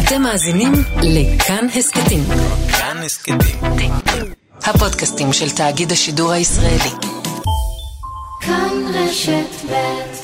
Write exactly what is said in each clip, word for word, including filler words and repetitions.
אתם מאזינים לכאן הסקטים. כאן הסקטים. הפודקאסטים של תאגיד השידור הישראלי. כאן רשת ב'.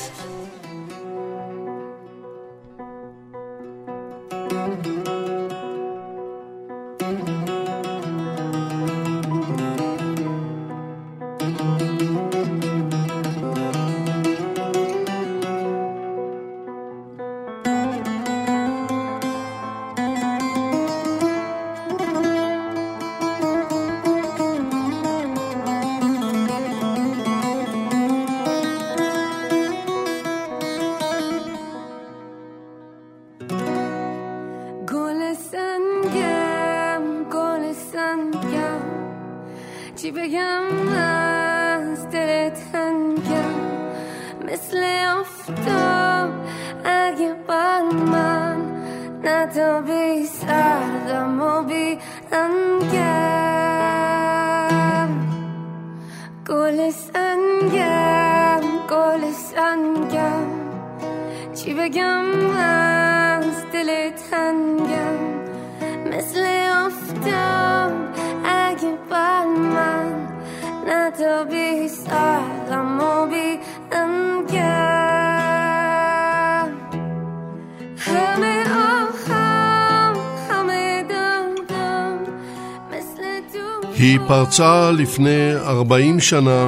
היא פרצה לפני ארבעים שנה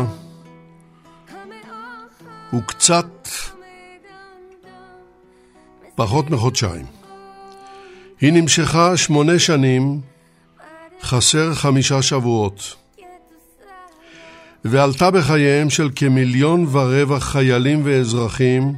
וקצת פחות מחודשיים. היא נמשכה שמונה שנים, חסר חמישה שבועות, ועלתה בחייהם של כמיליון ורבע חיילים ואזרחים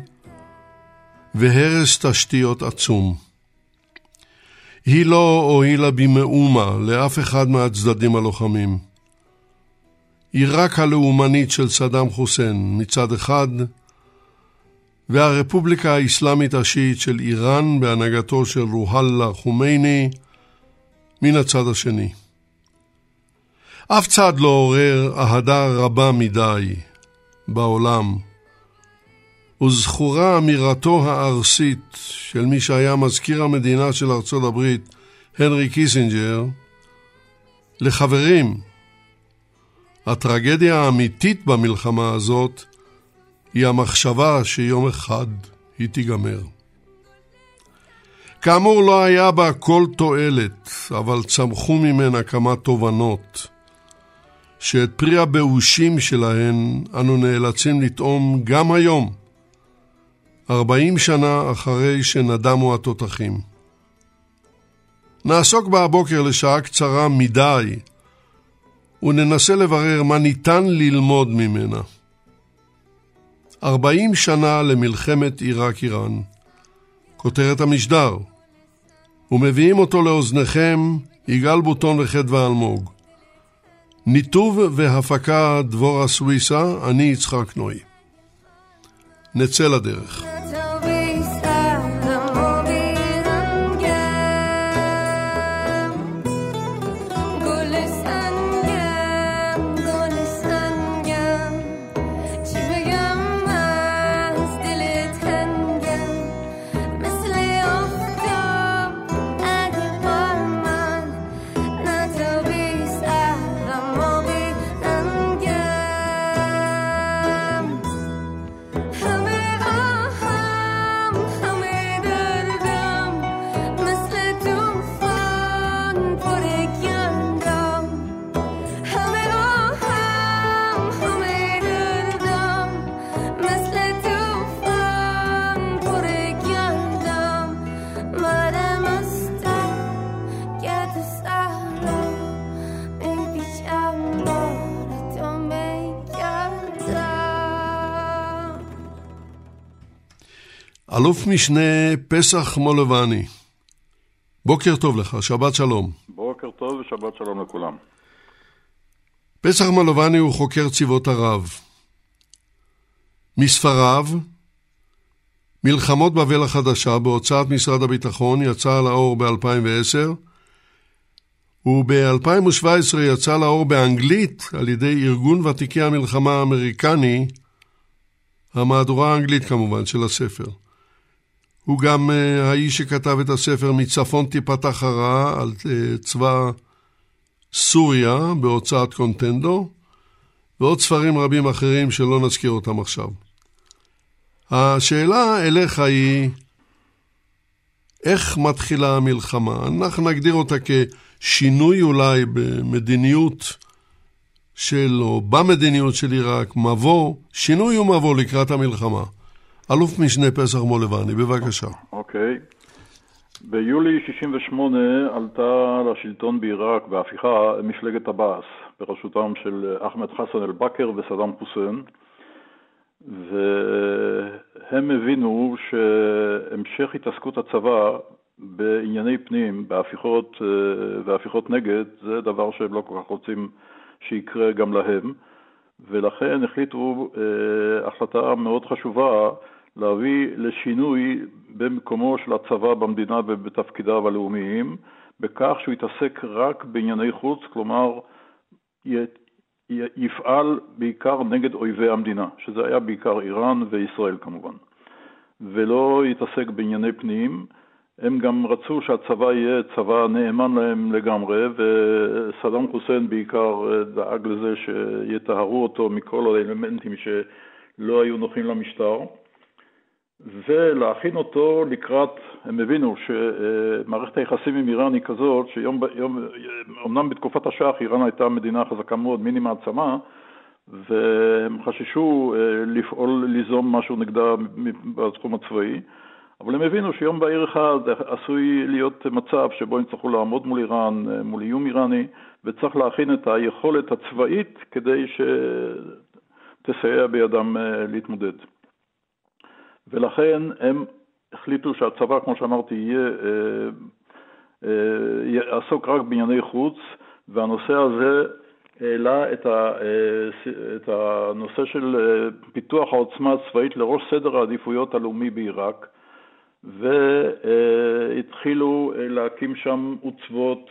והרס תשתיות עצום. היא לא הועילה במאומה לאף אחד מהצדדים הלוחמים. היא רק הלאומנית של סדאם חוסיין מצד אחד, והרפובליקה האסלאמית השיעית של איראן בהנהגתו של רוהאללה חומייני מן הצד השני. אף צד לא עורר אהדה רבה מדי בעולם, וזכורה אמירתו הארסית של מי שהיה מזכיר המדינה של ארצות הברית, הנרי קיסינג'ר, לחברים, הטרגדיה האמיתית במלחמה הזאת היא המחשבה שיום אחד היא תיגמר. כאמור לא היה בה כל תועלת, אבל צמחו ממנה כמה תובנות, שאת פרי הבאושים שלהן אנו נאלצים לטעום גם היום, ארבעים שנה אחרי שנדמו התותחים. נעסוק בה הבוקר לשעה קצרה מדי, וננסה לברר מה ניתן ללמוד ממנה. ארבעים שנה למלחמת עיראק-איראן, כותרת המשדר, ומביאים אותו לאוזניכם יגאל בוטון וחדווה אלמוג. ניתוב והפקה דבורה סוויסה, אני יצחק נוי. נצא לדרך. אלוף משנה פסח מולובני, בוקר טוב לך, שבת שלום. בוקר טוב ושבת שלום לכולם. פסח מולובני הוא חוקר צבאות ערב. מספריו, מלחמות בבל החדשה בהוצאת משרד הביטחון יצא לאור ב-אלפיים ועשר, וב-אלפיים ושבע עשרה יצא לאור באנגלית על ידי ארגון ותיקי המלחמה האמריקני, המהדורה האנגלית כמובן של הספר. הוא גם האיש שכתב את הספר מצפון תיפתח הרעה על צבא סוריה בהוצאת קונטנדו, ועוד ספרים רבים אחרים שלא נזכיר אותם עכשיו. השאלה אליך היא, איך מתחילה המלחמה? אנחנו נגדיר אותה כשינוי אולי במדיניות של, או במדיניות של עיראק, מבוא, שינוי ומבוא לקראת המלחמה. אלוף משנה פסח מולבני, בבקשה. אוקיי. ביולי שישים ושמונה עלתה לשלטון בעיראק בהפיכה מפלגת עבאס, בראשותם של אחמד חסן אל-בכר וסדאם חוסיין, והם הבינו שהמשך התעסקות הצבא בענייני פנים, בהפיכות והפיכות נגד, זה דבר שהם לא כל כך רוצים שיקרה גם להם, ולכן החליטו החלטה מאוד חשובה להביא לשינוי במקומו של הצבא במדינה ובתפקידיו הלאומיים, בכך שהוא יתעסק רק בענייני חוץ, כלומר יפעל בעיקר נגד אויבי המדינה, שזה היה בעיקר איראן וישראל כמובן, ולא יתעסק בענייני פנים. הם גם רצו שהצבא יהיה צבא נאמן להם לגמרי, וסדאם חוסיין בעיקר דאג לזה שיטהרו אותו מכל האלמנטים שלא היו נוחים למשטר, ולהכין אותו לקראת, הם הבינו שמערכת היחסים עם איראן היא כזאת, שיום, יום, אמנם בתקופת השח איראן הייתה מדינה חזקה מאוד, מיני מעצמה, והם חששו לפעול, ליזום משהו נגדה בתחום הצבאי, אבל הם הבינו שיום בהיר אחד עשוי להיות מצב שבו הם צריכו לעמוד מול איראן, מול איום איראני, וצריך להכין את היכולת הצבאית כדי שתסייע בידם להתמודד. ולכן הם החליטו שהצבא, כמו שאמרתי, יהיה, יעסוק רק בענייני חוץ, והנושא הזה העלה את, ה, את הנושא של פיתוח העוצמה הצבאית לראש סדר העדיפויות הלאומי בעיראק, והתחילו להקים שם עוצבות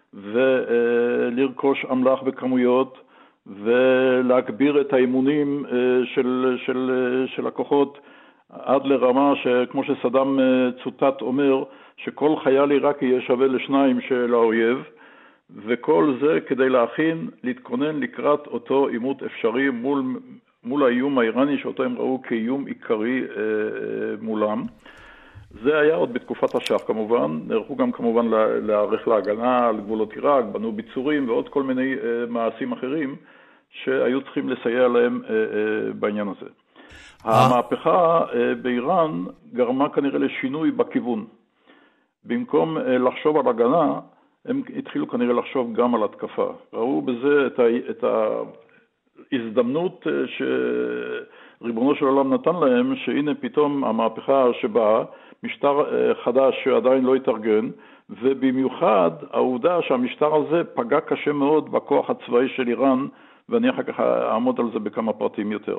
ולרכוש אמל"ח בכמויות ולהגביר את האימונים של, של, של הכוחות, עד לרמה שכמו שסדאם צוטט אומר, שכל חייל עיראקי יהיה שווה לשניים של האויב, וכל זה כדי להכין, להתכונן לקראת אותו עימות אפשרי מול, מול האיום האיראני, שאותו הם ראו כאיום עיקרי אה, מולם. זה היה עוד בתקופת השח כמובן, נערכו גם כמובן להערך להגנה על גבולות עיראק, בנו ביצורים ועוד כל מיני אה, מעשים אחרים שהיו צריכים לסייע להם אה, אה, בעניין הזה. המהפכה באיראן גרמה כנראה לשינוי בכיוון. במקום לחשוב על הגנה, הם התחילו כנראה לחשוב גם על התקפה. ראו בזה את, ה, את ההזדמנות שריבונו של עולם נתן להם, שהנה פתאום המהפכה שבאה, משטר חדש שעדיין לא התארגן, ובמיוחד העובדה שהמשטר הזה פגע קשה מאוד בכוח הצבאי של איראן, ואני אחר כך אעמוד על זה בכמה פרטים יותר.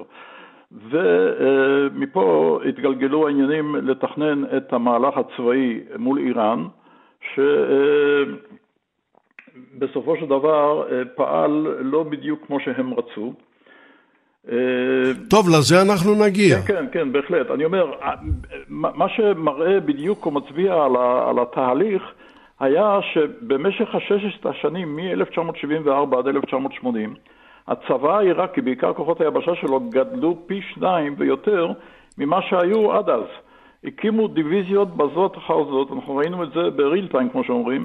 ומפה התגלגלו העניינים לתכנן את המהלך הצבאי מול איראן, שבסופו של דבר פעל לא בדיוק כמו שהם רצו. טוב, לזה אנחנו נגיע. כן, כן, כן, בהחלט. אני אומר, מה שמראה בדיוק או מצביע על התהליך, היה שבמשך הששת השנים מ-אלף תשע מאות שבעים וארבע עד אלף תשע מאות שמונים, הצבא העיראקי, בעיקר כוחות היבשה שלו, גדלו פי שניים ויותר ממה שהיו עד אז. הקימו דיוויזיות בזאת אחר זאת, אנחנו ראינו את זה בריל טיים, כמו שאומרים,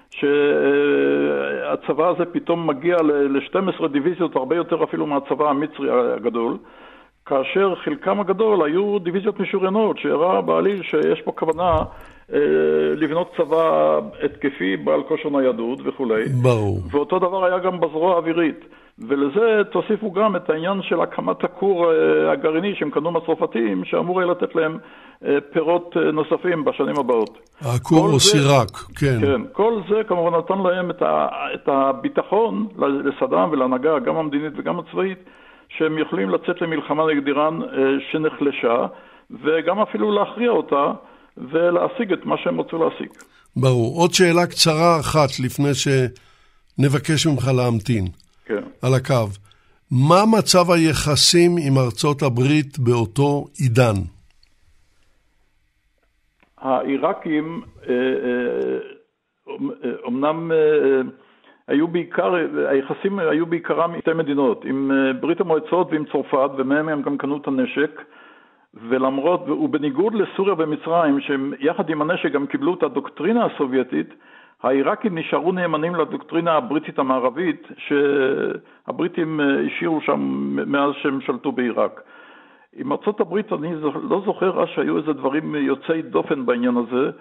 שהצבא הזה פתאום מגיע ל-שתים עשרה דיוויזיות, הרבה יותר אפילו מהצבא המצרי הגדול, כאשר חלקם הגדול היו דיוויזיות משוריינות, שהראה בעליל שיש פה כוונה לבנות צבא התקפי בעל כושר ניידות וכו'. ברור. ואותו דבר היה גם בזרוע האווירית. ולזה תוסיפו גם את העניין של הקמת הכור הגרעיני שהם קנו מהצרפתים, שאמור היה לתת להם פירות נוספים בשנים הבאות. הכור או סירק, כן. כן, כל זה כמובן נתן להם את, ה, את הביטחון לסדאם ולהנהגה, גם המדינית וגם הצבאית, שהם יכולים לצאת למלחמה נגד איראן שנחלשה, וגם אפילו להכריע אותה ולהשיג את מה שהם רצו להשיג. ברור. עוד שאלה קצרה אחת לפני שנבקש ממך להמתין. כן. על הקו. מה מצב היחסים עם ארצות הברית באותו עידן? העיראקים אמנם היו בעיקר, היחסים היו בעיקרם עם שתי מדינות, עם ברית המועצות ועם צרפת, ומהם הם גם קנו את הנשק, ולמרות, ובניגוד לסוריה ומצרים, שהם יחד עם הנשק גם קיבלו את הדוקטרינה הסובייטית, העיראקים נשארו נאמנים לדוקטרינה הבריטית המערבית, שהבריטים השאירו שם מאז שהם שלטו בעיראק. עם ארצות הברית אני לא זוכר אז שהיו איזה דברים יוצאי דופן בעניין הזה.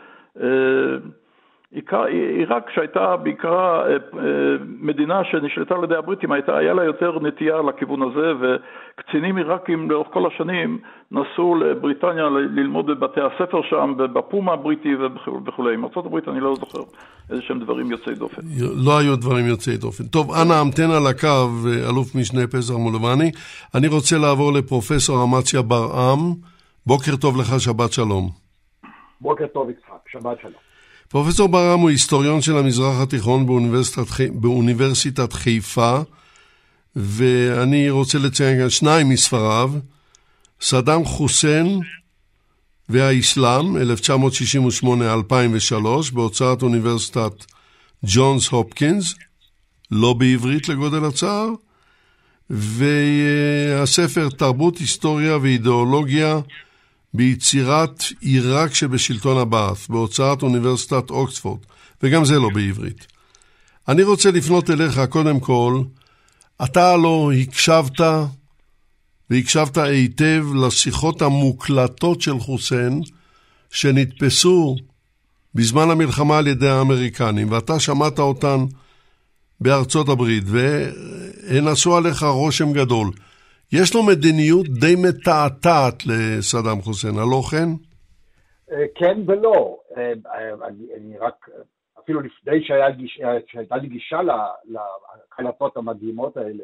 עיראק שהייתה בעיקרה מדינה שנשלטה על ידי הבריטים, הייתה, היה לה יותר נטייה לכיוון הזה, וקצינים עיראקים לאורך כל השנים נסעו לבריטניה ללמוד בבתי הספר שם, בפומה הבריטי וכו'. עם ארצות הברית אני לא זוכר איזה שהם דברים יוצאי דופן. לא היו דברים יוצאי דופן. טוב, אנא המתן על הקו, אלוף משנה פסח מולבני. אני רוצה לעבור לפרופסור אמציה ברעם. בוקר טוב לך, שבת שלום. בוקר טוב יצחק, שבת שלום. פרופסור ברעם הוא היסטוריון של המזרח התיכון באוניברסיטת, חי... באוניברסיטת חיפה, ואני רוצה לציין כאן שניים מספריו, סדאם חוסיין והאסלאם, אלף תשע מאות שישים ושמונה עד אלפיים ושלוש, בהוצאת אוניברסיטת ג'ונס הופקינס, לא בעברית לגודל הצער, והספר תרבות, היסטוריה ואידיאולוגיה ביצירת עיראק שבשלטון הבעת' בהוצאת אוניברסיטת אוקספורד, וגם זה לא בעברית. אני רוצה לפנות אליך קודם כל, אתה לא הקשבת והקשבת היטב לשיחות המוקלטות של חוסיין שנתפסו בזמן המלחמה על ידי האמריקנים, ואתה שמעת אותן בארצות הברית והן עשו עליך רושם גדול. יש לו מדיניות די מתעתעת לסדאם חוסיין, הלא כן? כן ולא. אני רק, אפילו לפני שהייתה לי גישה להקלטות המדהימות האלה,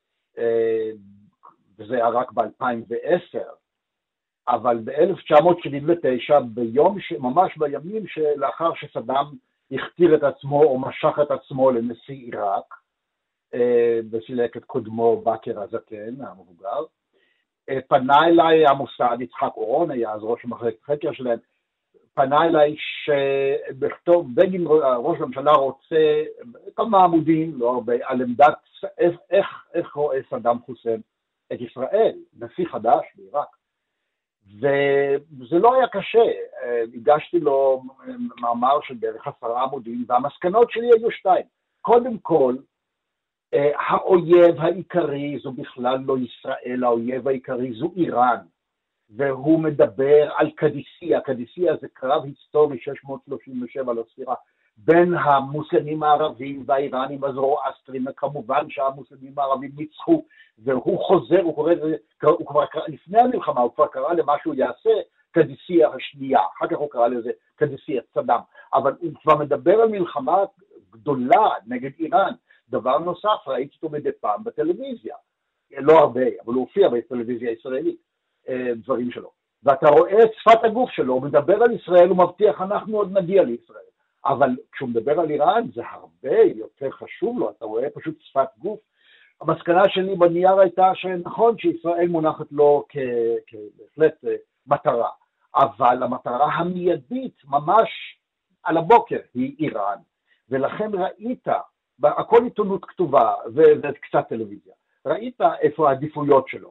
וזה היה רק ב-אלפיים ועשר, אבל ב-אלף תשע מאות שבעים ותשע, ביום, ממש בימים שלאחר שסדאם הכתיר את עצמו או משך את עצמו לנשיא עיראק, וסילק את קודמו בקר הזקן, המבוגר, פנה אליי המוסד, יצחק אורון היה אז ראש מחלקת חקר שלהם, פנה אליי שבכתוב, בגין ראש הממשלה רוצה כמה עמודים, לא הרבה, על עמדת איך, איך, איך רואה סדאם חוסיין את ישראל, נשיא חדש בעיראק. וזה לא היה קשה, הגשתי לו מאמר של בערך עשרה עמודים, והמסקנות שלי היו שתיים. קודם כל, האויב העיקרי זו בכלל לא ישראל, האויב העיקרי זו איראן, והוא מדבר על קדיסיה, קדיסיה זה קרב היסטורי שש מאות שלושים ושבע לספירה, בין המוסלמים הערבים והאיראנים הזרואסטרים, וכמובן שהמוסלמים הערבים ניצחו, והוא חוזר, הוא קורא, הוא כבר, לפני המלחמה הוא כבר קרא למה שהוא יעשה קדיסיה השנייה, אחר כך הוא קרא לזה קדיסיה סדאם, אבל הוא כבר מדבר על מלחמה גדולה נגד איראן. דבר נוסף, ראיתי אותו מדי פעם בטלוויזיה, לא הרבה, אבל הוא הופיע בטלוויזיה הישראלית, דברים שלו. ואתה רואה את שפת הגוף שלו, הוא מדבר על ישראל, הוא מבטיח, אנחנו עוד נגיע לישראל. אבל כשהוא מדבר על איראן, זה הרבה יותר חשוב לו, אתה רואה פשוט שפת גוף. המסקנה שלי בנייר הייתה שנכון שישראל מונחת לו כבהחלט מטרה, אבל המטרה המיידית, ממש על הבוקר, היא איראן. ולכן ראית, הכל עיתונות כתובה וקצת טלוויזיה, ראית איפה העדיפויות שלו.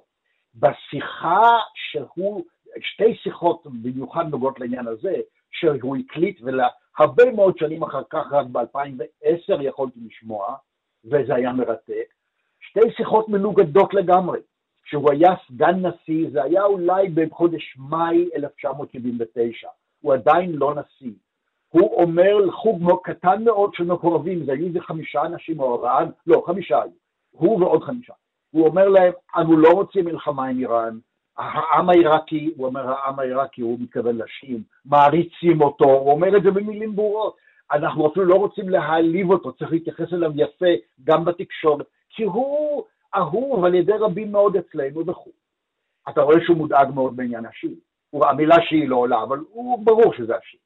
בשיחה שהוא, שתי שיחות במיוחד נוגעות לעניין הזה, שהוא הקליט ולהרבה מאוד שנים אחר כך, רק ב-אלפיים ועשר יכולתי לשמוע, וזה היה מרתק, שתי שיחות מנוגדות לגמרי, שהוא היה סגן נשיא, זה היה אולי בחודש מאי אלף תשע מאות שבעים ותשע, הוא עדיין לא נשיא. הוא אומר לחוג קטן מאוד של מקורבים, זה היו זה חמישה אנשים או ארבעה, לא, חמישה היו, הוא ועוד חמישה. הוא אומר להם, אנו לא רוצים מלחמה עם איראן, העם העיראקי, הוא אומר, העם העיראקי, הוא מתכוון לשים, מעריצים אותו, הוא אומר את זה במילים ברורות, אנחנו אפילו לא רוצים להעליב אותו, צריך להתייחס אליו יפה, גם בתקשורת, כי הוא אהוב על ידי רבים מאוד אצלנו וכו'. אתה רואה שהוא מודאג מאוד בעניין השיעי, המילה שהיא לא עולה, אבל הוא ברור שזה השיעי.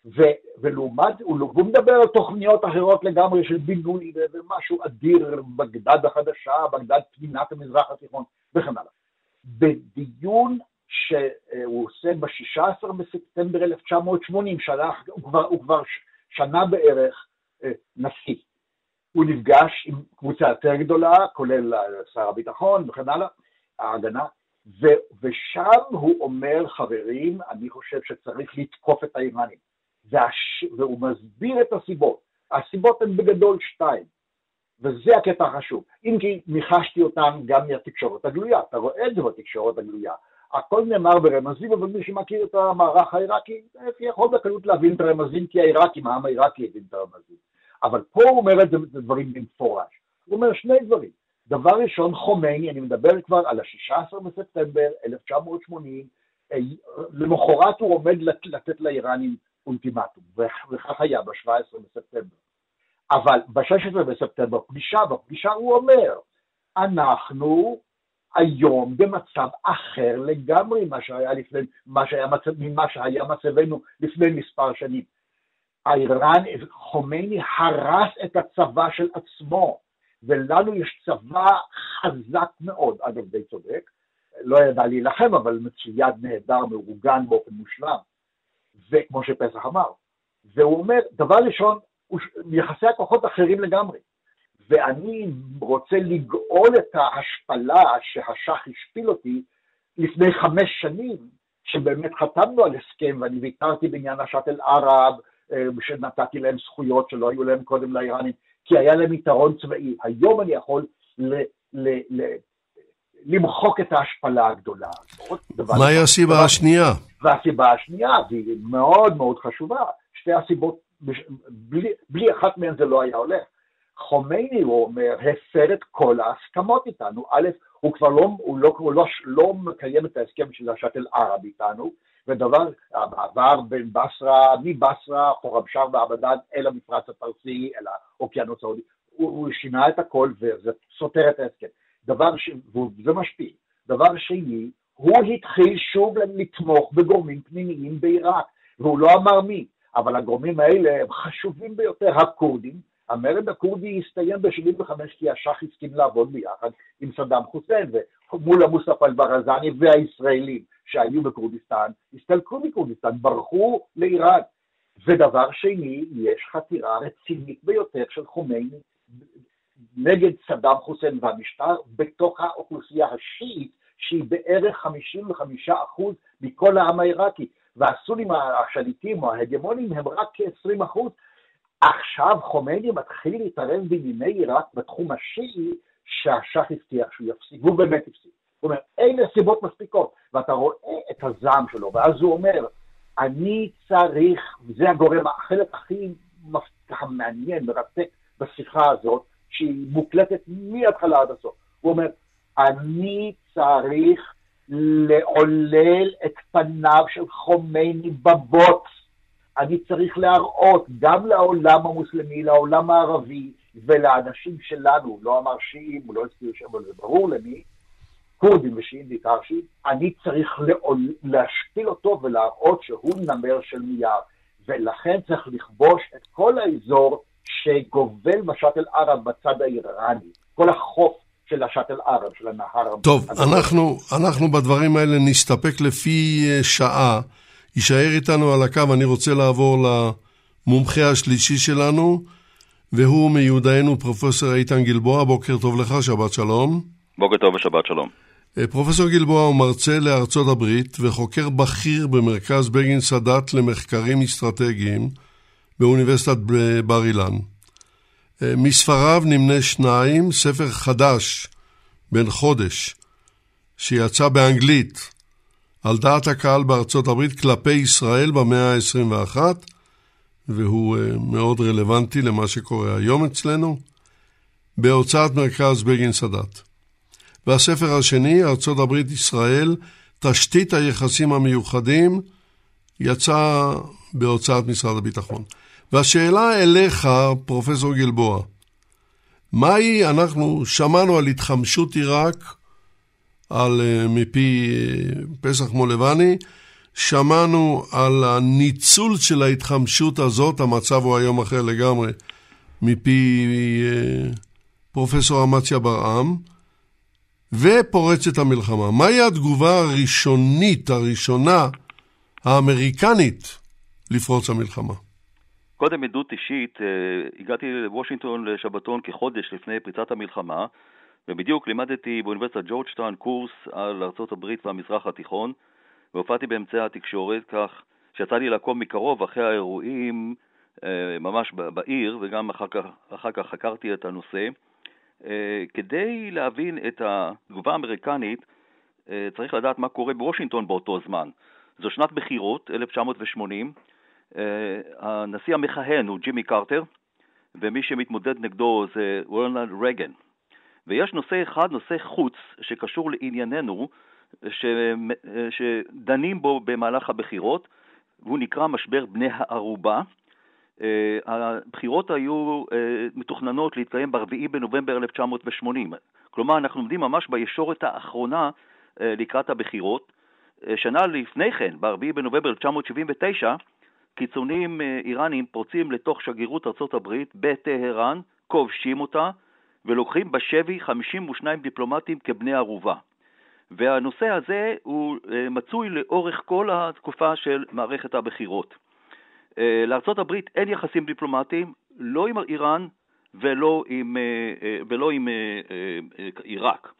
ולעומת, הוא מדבר על תוכניות אחרות לגמרי של בינוי ומשהו אדיר, בגדד החדשה, בגדד פנינת המזרח התיכון וכן הלאה. בדיון שהוא עושה ב-שישה עשר בספטמבר אלף תשע מאות שמונים, שלח, הוא כבר, הוא כבר שנה בערך נשיא. הוא נפגש עם קבוצה יותר גדולה, כולל שר הביטחון וכן הלאה, ההגנה, ו, ושם הוא אומר, חברים, אני חושב שצריך לתקוף את האיראנים. והש... והוא מסביר את הסיבות. הסיבות הן בגדול שתיים, וזה הקטע החשוב. אם כי ניחשתי אותם גם מהתקשורת הגלויה, אתה רואה את זה בתקשורת הגלויה. הכל נאמר ברמזים, אבל מי שמכיר את המערך העיראקי, יכול בקלות להבין את הרמזים, כי העיראקים, העם העיראקי הבין את הרמזים. אבל פה הוא אומר את זה דברים במפורש. הוא אומר שני דברים. דבר ראשון, חומייני, אני מדבר כבר על ה-שישה עשר בספטמבר אלף תשע מאות שמונים, למחרת הוא עומד לתת לאיראנים אולטימטום, וכך היה ב-שבעה עשר בספטמבר. אבל ב-שישה עשר בספטמבר, פגישה, בפגישה הוא אומר, אנחנו היום במצב אחר לגמרי ממה שהיה לפני, מה שהיה מצב, ממה שהיה מצבנו לפני מספר שנים. האיראן, חומייני הרס את הצבא של עצמו, ולנו יש צבא חזק מאוד, אגב די צודק, לא ידע להילחם, אבל מצויד נהדר, מאורגן באופן מושלם, וכמו שפסח אמר. והוא אומר, דבר ראשון, יחסי הכוחות אחרים לגמרי, ואני רוצה לגאול את ההשפלה שהשח השפיל אותי לפני חמש שנים, שבאמת חתמנו על הסכם, ואני ויתרתי בעניין השאטל ערב, שנתתי להם זכויות שלא היו להם קודם לאיראנים, כי היה להם יתרון צבאי. היום אני יכול ל- ל- ל- למחוק את ההשפלה הגדולה. מהי הסיבה השנייה? והסיבה השנייה, והיא מאוד מאוד חשובה, שתי הסיבות, בלי, בלי אחת מהן זה לא היה הולך. חומייני, הוא אומר, הפר את כל ההסכמות איתנו. א', הוא כבר לא, הוא לא, הוא לא, לא מקיים את ההסכם של השאטל ערב איתנו, ודבר, המעבר בין בסרה, מבסרה, חורבשר ועבדן, אל המפרץ הפרסי, אל האוקיינוס הסעודי, הוא, הוא שינה את הכל, וזה סותר את ההסכם. דבר ש... וזה משפיע. דבר שני, הוא התחיל שוב לתמוך בגורמים פנימיים בעיראק, והוא לא אמר מי, אבל הגורמים האלה הם חשובים ביותר, הכורדים. המרד הכורדי הסתיים ב-שבעים וחמש כי השח הסכים לעבוד ביחד עם סדאם חוסיין, ומול מוסטפא אל-ברזני והישראלים שהיו בקורדיסטן, הסתלקו מקורדיסטן, ברחו לאיראן. ודבר שני, יש חתירה רצינית ביותר של חומייני נגד סדאם חוסיין והמשטר בתוך האוכלוסייה השיעית, שהיא בערך חמישים וחמישה אחוז מכל העם העיראקי, והסונים השליטים או ההגמונים הם רק כ-עשרים אחוז. עכשיו חומייני מתחיל להתערב בענייני עיראק בתחום השיעי שהשח הבטיח שהוא יפסיק, והוא באמת יפסיק. הוא אומר, אלה סיבות מספיקות, ואתה רואה את הזעם שלו, ואז הוא אומר, אני צריך, וזה הגורם החלק הכי מעניין, מרתק בשיחה הזאת, שהיא מוקלטת מההתחלה עד הסוף. הוא אומר, אני צריך לעולל את פניו של חומייני בבוץ, אני צריך להראות גם לעולם המוסלמי, לעולם הערבי, ולאנשים שלנו, לא אמר שיעים, הוא לא הזכיר שם, אבל זה ברור למי, קורדים ושיעים בעיקר שיעים, אני צריך לעול, להשפיל אותו ולהראות שהוא נמר של מייר, ולכן צריך לכבוש את כל האזור שגובל בשאטל ערב בצד האיראני, כל החוף של השאטל ערב, של הנהר. טוב, אנחנו, אנחנו בדברים האלה נסתפק לפי שעה, יישאר איתנו על הקו, אני רוצה לעבור למומחה השלישי שלנו, והוא מיודענו פרופסור איתן גלבוע. בוקר טוב לך, שבת שלום. בוקר טוב ושבת שלום. פרופסור גלבוע הוא מרצה לארצות הברית וחוקר בכיר במרכז בגין סאדאת למחקרים אסטרטגיים באוניברסיטת בר אילן. מספריו נמנה שניים, ספר חדש בן חודש שיצא באנגלית על דעת הקהל בארצות הברית כלפי ישראל במאה ה-עשרים ואחת, והוא מאוד רלוונטי למה שקורה היום אצלנו, בהוצאת מרכז בגין סאדאת. והספר השני, ארצות הברית ישראל, תשתית היחסים המיוחדים, יצא בהוצאת משרד הביטחון. והשאלה אליך, פרופסור גלבוע, מהי, אנחנו שמענו על התחמשות עיראק, על מפי פסח מולבני, שמענו על הניצול של ההתחמשות הזאת, המצב הוא היום אחר לגמרי, מפי פרופסור אמציה ברעם, ופורצת המלחמה. מהי התגובה הראשונית, הראשונה, האמריקנית, לפרוץ המלחמה? קודם עדות אישית, הגעתי לוושינגטון לשבתון כחודש לפני פריצת המלחמה, ובדיוק לימדתי באוניברסיטת ג'ורג'טאון קורס על ארצות הברית והמזרח התיכון, והופעתי באמצעי התקשורת, כך שיצא לי לעקוב מקרוב אחרי האירועים ממש בעיר, וגם אחר כך, אחר כך חקרתי את הנושא. כדי להבין את התגובה האמריקנית, צריך לדעת מה קורה בוושינגטון באותו זמן. זו שנת בחירות, אלף תשע מאות ושמונים, הנשיא המכהן הוא ג'ימי קרטר, ומי שמתמודד נגדו זה רונלד רייגן. ויש נושא אחד, נושא חוץ, שקשור לענייננו, ש... שדנים בו במהלך הבחירות, והוא נקרא משבר בני הערובה. הבחירות היו מתוכננות להתקיים ברביעי בנובמבר אלף תשע מאות ושמונים. כלומר, אנחנו עומדים ממש בישורת האחרונה לקראת הבחירות. שנה לפני כן, ברביעי בנובמבר אלף תשע מאות שבעים ותשע, קיצונים איראנים פורצים לתוך שגרירות ארצות הברית בטהרן, כובשים אותה, ולוקחים בשבי חמישים ושניים דיפלומטים כבני ערובה. והנושא הזה הוא מצוי לאורך כל התקופה של מערכת הבחירות. לארצות הברית אין יחסים דיפלומטיים, לא עם איראן ולא עם, ולא עם עיראק.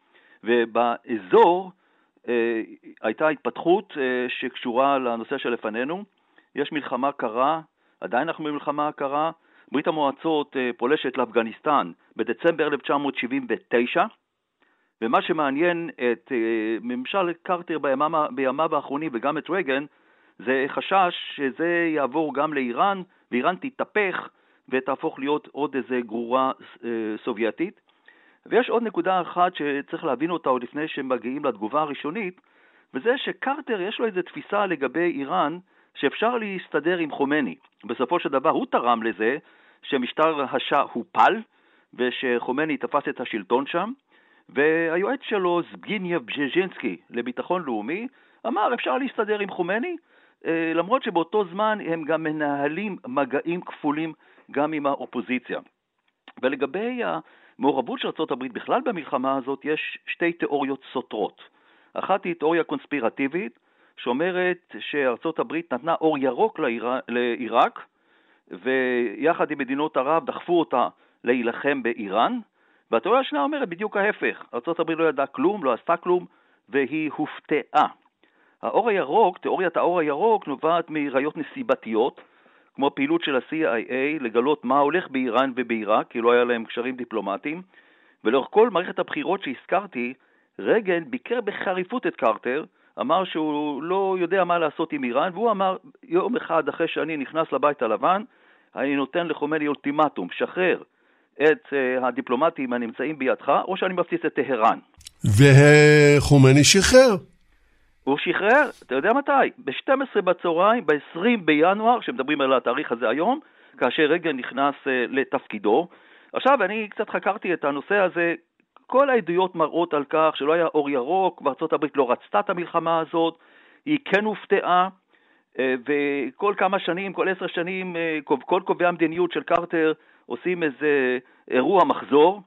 ובאזור הייתה התפתחות שקשורה לנושא שלפנינו. יש מלחמה קרה, עדיין אנחנו במלחמה קרה. ברית המועצות פולשת לאפגניסטן בדצמבר אלף תשע מאות שבעים ותשע, ומה שמעניין את ממשל קרטר בימיו, בימיו האחרונים וגם את רייגן, זה חשש שזה יעבור גם לאיראן, ואיראן תתהפך ותהפוך להיות עוד איזה גרורה סובייטית. ויש עוד נקודה אחת שצריך להבין אותה עוד לפני שמגיעים לתגובה הראשונית, וזה שקרטר יש לו איזו תפיסה לגבי איראן, שאפשר להסתדר עם חומני. בסופו של דבר הוא תרם לזה שמשטר השאה הופל, ושחומני תפס את השלטון שם, והיועץ שלו, זביגנייב בז'ז'ינסקי, לביטחון לאומי, אמר אפשר להסתדר עם חומני, למרות שבאותו זמן הם גם מנהלים מגעים כפולים גם עם האופוזיציה. ולגבי המעורבות של ארצות הברית בכלל במלחמה הזאת, יש שתי תיאוריות סותרות. אחת היא תיאוריה קונספירטיבית, שאומרת שארצות הברית נתנה אור ירוק לעיראק, ויחד עם מדינות ערב דחפו אותה להילחם באיראן, והתיאוריה השנייה אומרת בדיוק ההפך. ארצות הברית לא ידעה כלום, לא עשתה כלום, והיא הופתעה. האור הירוק, תיאוריית האור הירוק, נובעת מראיות נסיבתיות, כמו פעילות של ה-סי איי איי לגלות מה הולך באיראן ובעיראק, כי לא היה להם קשרים דיפלומטיים, ולאורך כל מערכת הבחירות שהזכרתי, רייגן ביקר בחריפות את קרטר, אמר שהוא לא יודע מה לעשות עם איראן, והוא אמר, יום אחד אחרי שאני נכנס לבית הלבן, אני נותן לחומני אולטימטום, שחרר את uh, הדיפלומטים הנמצאים בידך, או שאני מפציץ את טהרן. וחומני שחרר. הוא שחרר, אתה יודע מתי? ב-שתים עשרה בצהריים, ב-עשרים בינואר, שמדברים על התאריך הזה היום, כאשר רייגן נכנס uh, לתפקידו. עכשיו, אני קצת חקרתי את הנושא הזה, כל העדויות מראות על כך שלא היה אור ירוק, וארצות הברית לא רצתה את המלחמה הזאת, היא כן הופתעה, וכל כמה שנים, כל עשר שנים, כל קובעי המדיניות של קרטר עושים איזה אירוע מחזור,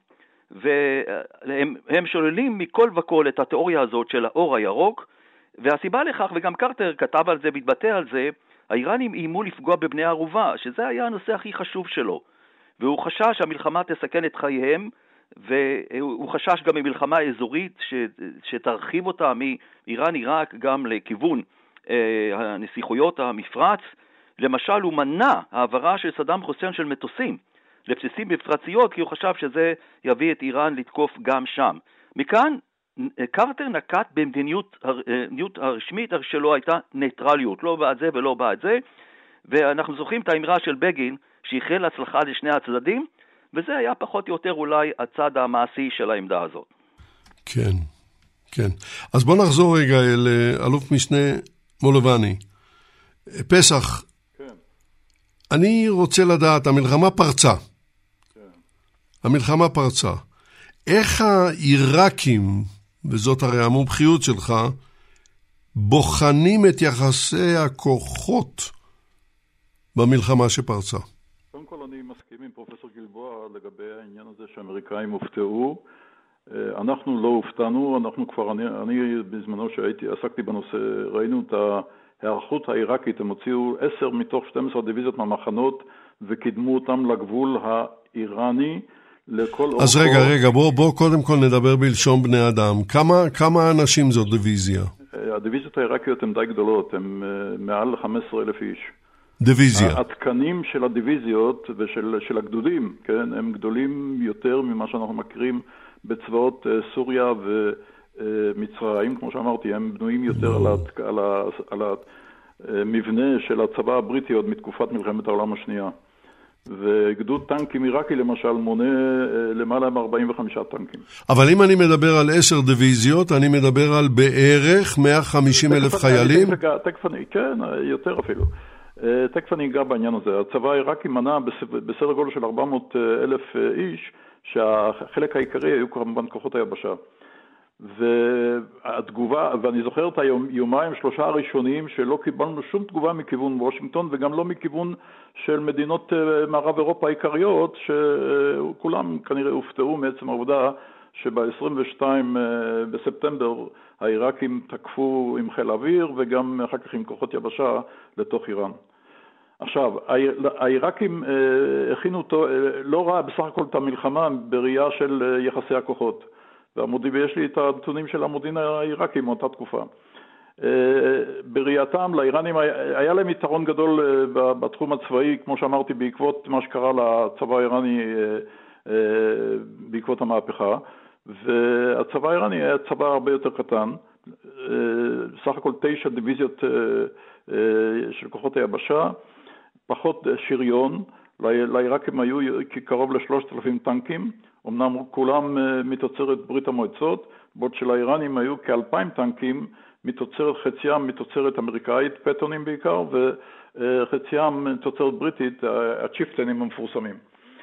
והם שוללים מכל וכל את התיאוריה הזאת של האור הירוק, והסיבה לכך, וגם קרטר כתב על זה, מתבטא על זה, האיראנים איימו לפגוע בבני הערובה, שזה היה הנושא הכי חשוב שלו, והוא חשש שהמלחמה תסכן את חייהם, והוא חשש גם ממלחמה אזורית ש, שתרחיב אותה מאיראן עיראק גם לכיוון אה, הנסיכויות המפרץ. למשל הוא מנע העברה של סדאם חוסיין של מטוסים לבסיסים בפרציות, כי הוא חשב שזה יביא את איראן לתקוף גם שם. מכאן קרטר נקט במדיניות הרשמית שלו הייתה ניטרליות, לא בעד זה ולא בעד זה, ואנחנו זוכרים את האמרה של בגין שהחל הצלחה לשני הצדדים, וזה היה פחות או יותר אולי הצד המעשי של העמדה הזאת. כן, כן. אז בוא נחזור רגע אל אלוף משנה מולובני. פסח, כן. אני רוצה לדעת, המלחמה פרצה. כן. המלחמה פרצה. איך העיראקים, וזאת הרי המומחיות שלך, בוחנים את יחסי הכוחות במלחמה שפרצה? קודם כל אני מסכים עם פרופסור גלבוע לגבי העניין הזה שהאמריקאים הופתעו. אנחנו לא הופתענו, אנחנו כבר, אני, אני בזמנו שהייתי, עסקתי בנושא, ראינו את ההיערכות העיראקית, הם הוציאו עשר מתוך שתים עשרה דיוויזיות מהמחנות וקידמו אותם לגבול האיראני לכל אורכו. אז רגע, רגע, בוא, בוא קודם כל נדבר בלשון בני אדם. כמה, כמה אנשים זו דיוויזיה? הדיוויזיות העיראקיות הן די גדולות, הן מעל חמישה עשר אלף איש. דיוויזיה. התקנים של הדיוויזיות ושל של הגדודים, כן, הם גדולים יותר ממה שאנחנו מכירים בצבאות סוריה ומצרים, כמו שאמרתי, הם בנויים יותר על, הת... על, ה... על המבנה של הצבא הבריטי עוד מתקופת מלחמת העולם השנייה. וגדוד טנקים עיראקי למשל מונה למעלה מ-ארבעים וחמישה טנקים. אבל אם אני מדבר על עשר דיוויזיות, אני מדבר על בערך מאה וחמישים אלף חיילים? תקף אני, כן, יותר אפילו. תקף אני אגע בעניין הזה. הצבא העיראקי מנה בסדר גודל של ארבע מאות אלף איש, שהחלק העיקרי היו כמובן כוחות היבשה. והתגובה, ואני זוכר את היומיים שלושה הראשונים שלא קיבלנו שום תגובה מכיוון וושינגטון וגם לא מכיוון של מדינות מערב אירופה העיקריות, שכולם כנראה הופתעו מעצם העובדה שב-עשרים ושניים בספטמבר העיראקים תקפו עם חיל אוויר וגם אחר כך עם כוחות יבשה לתוך איראן. עכשיו, העיראקים הכינו אותו, לא רע בסך הכל את המלחמה בראייה של יחסי הכוחות. והמודיעין, ויש לי את הנתונים של המודיעין העיראקי מאותה תקופה. בראייתם, לאיראנים היה להם יתרון גדול בתחום הצבאי, כמו שאמרתי, בעקבות מה שקרה לצבא האיראני בעקבות המהפכה, והצבא האיראני היה צבא הרבה יותר קטן, סך הכל תשע דיוויזיות של כוחות היבשה, פחות שריון, לעיראקים היו קרוב ל-שלושת אלפים טנקים, אמנם כולם מתוצרת ברית המועצות, בעוד שלאיראנים היו כאלפיים טנקים מתוצרת חציים, מתוצרת אמריקאית, פטונים בעיקר, וחציים מתוצרת בריטית, הצ'יפטנים המפורסמים.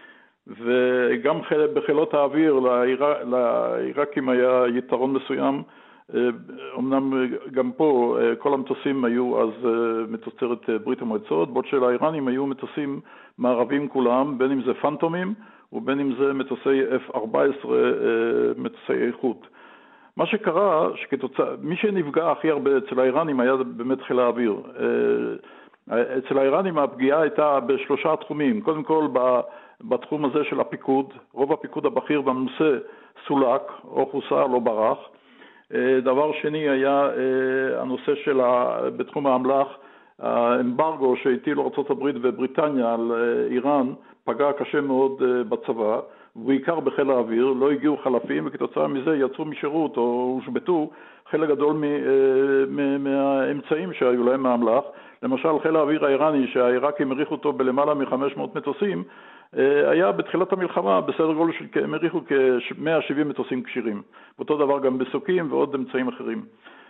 וגם בחילות האוויר לעיראקים היה יתרון מסוים, אמנם גם פה כל המטוסים היו אז מתוצרת ברית המועצות, בעוד שלאיראנים היו מטוסים מערבים כולם, בין אם זה פנטומים ובין אם זה מטוסי אף ארבע עשרה, מטוסי איכות. מה שקרה, שכתוצא, מי שנפגע הכי הרבה אצל האיראנים היה באמת חיל האוויר. אצל האיראנים הפגיעה הייתה בשלושה תחומים. קודם כל בתחום הזה של הפיקוד, רוב הפיקוד הבכיר והמנוסה סולק או חוסר לא ברח. דבר שני היה הנושא של בתחום האמל"ח, האמברגו שהטילו ארצות הברית ובריטניה על איראן פגע קשה מאוד בצבא, ובעיקר בחיל האוויר, לא הגיעו חלפים וכתוצאה מזה יצאו משירות או הושבתו חלק גדול מהאמצעים שהיו להם מהאמל"ח. למשל חיל האוויר האיראני שהעיראקים הריחו אותו בלמעלה מ-חמש מאות מטוסים, היה בתחילת המלחמה בסדר גודל שהם הריחו כ-מאה ושבעים מטוסים קשירים. ואותו דבר גם בסוקים ועוד אמצעים אחרים.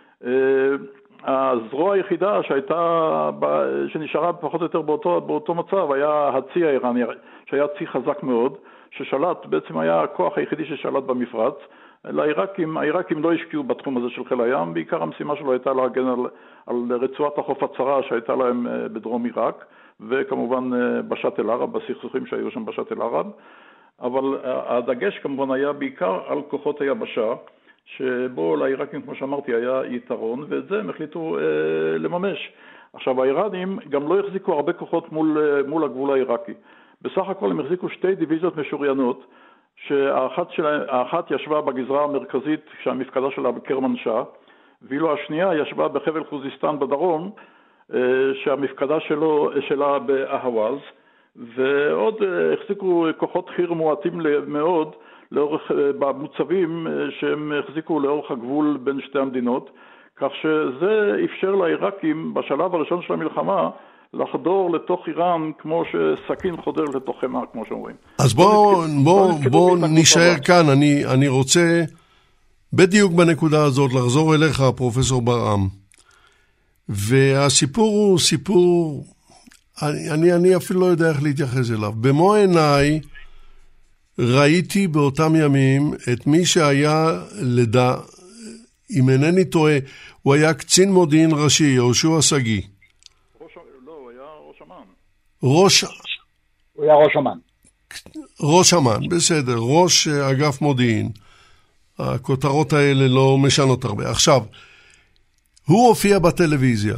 הזרוע היחידה שהייתה, שנשארה פחות או יותר באותו, באותו מצב, היה הצי האיראני, שהיה צי חזק מאוד, ששלט, בעצם היה הכוח היחידי ששלט במפרץ. לעיראקים, העיראקים לא השקיעו בתחום הזה של חיל הים, בעיקר המשימה שלו הייתה להגן על, על רצועת החוף הצרה שהייתה להם בדרום עיראק, וכמובן בשאט אל-ערב, בסכסוכים שהיו שם בשאט אל-ערב. אבל הדגש כמובן היה בעיקר על כוחות היבשה, שבו לעיראקים, כמו שאמרתי, היה יתרון, ואת זה הם החליטו אה, לממש. עכשיו, האיראנים גם לא החזיקו הרבה כוחות מול, מול הגבול העיראקי. בסך הכל הם החזיקו שתי דיוויזיות משוריינות, שהאחת שלה, האחת ישבה בגזרה המרכזית, שהמפקדה שלה בקרמנשah, ואילו השנייה ישבה בחבל חוזיסטן בדרום, אה, שהמפקדה שלו, שלה באהווז, ועוד אה, החזיקו כוחות חיר מועטים מאוד, לאורך, במוצבים שהם החזיקו לאורך הגבול בין שתי המדינות, כך שזה אפשר לעיראקים בשלב הראשון של המלחמה לחדור לתוך איראן כמו שסכין חודר לתוך חמה, כמו שאומרים. אז בואו בוא, בוא, בוא נשאר כאן, אני, אני רוצה בדיוק בנקודה הזאת לחזור אליך, פרופסור ברעם. והסיפור הוא סיפור, אני, אני, אני אפילו לא יודע איך להתייחס אליו. במו עיניי, ראיתי באותם ימים את מי שהיה לדע, אם אינני טועה, הוא היה קצין מודיעין ראשי, יהושע שגיא. ראש, לא, הוא היה ראש אמ"ן. ראש... הוא היה ראש אמ"ן. ראש אמ"ן, בסדר, ראש אגף מודיעין. הכותרות האלה לא משנות הרבה. עכשיו, הוא הופיע בטלוויזיה,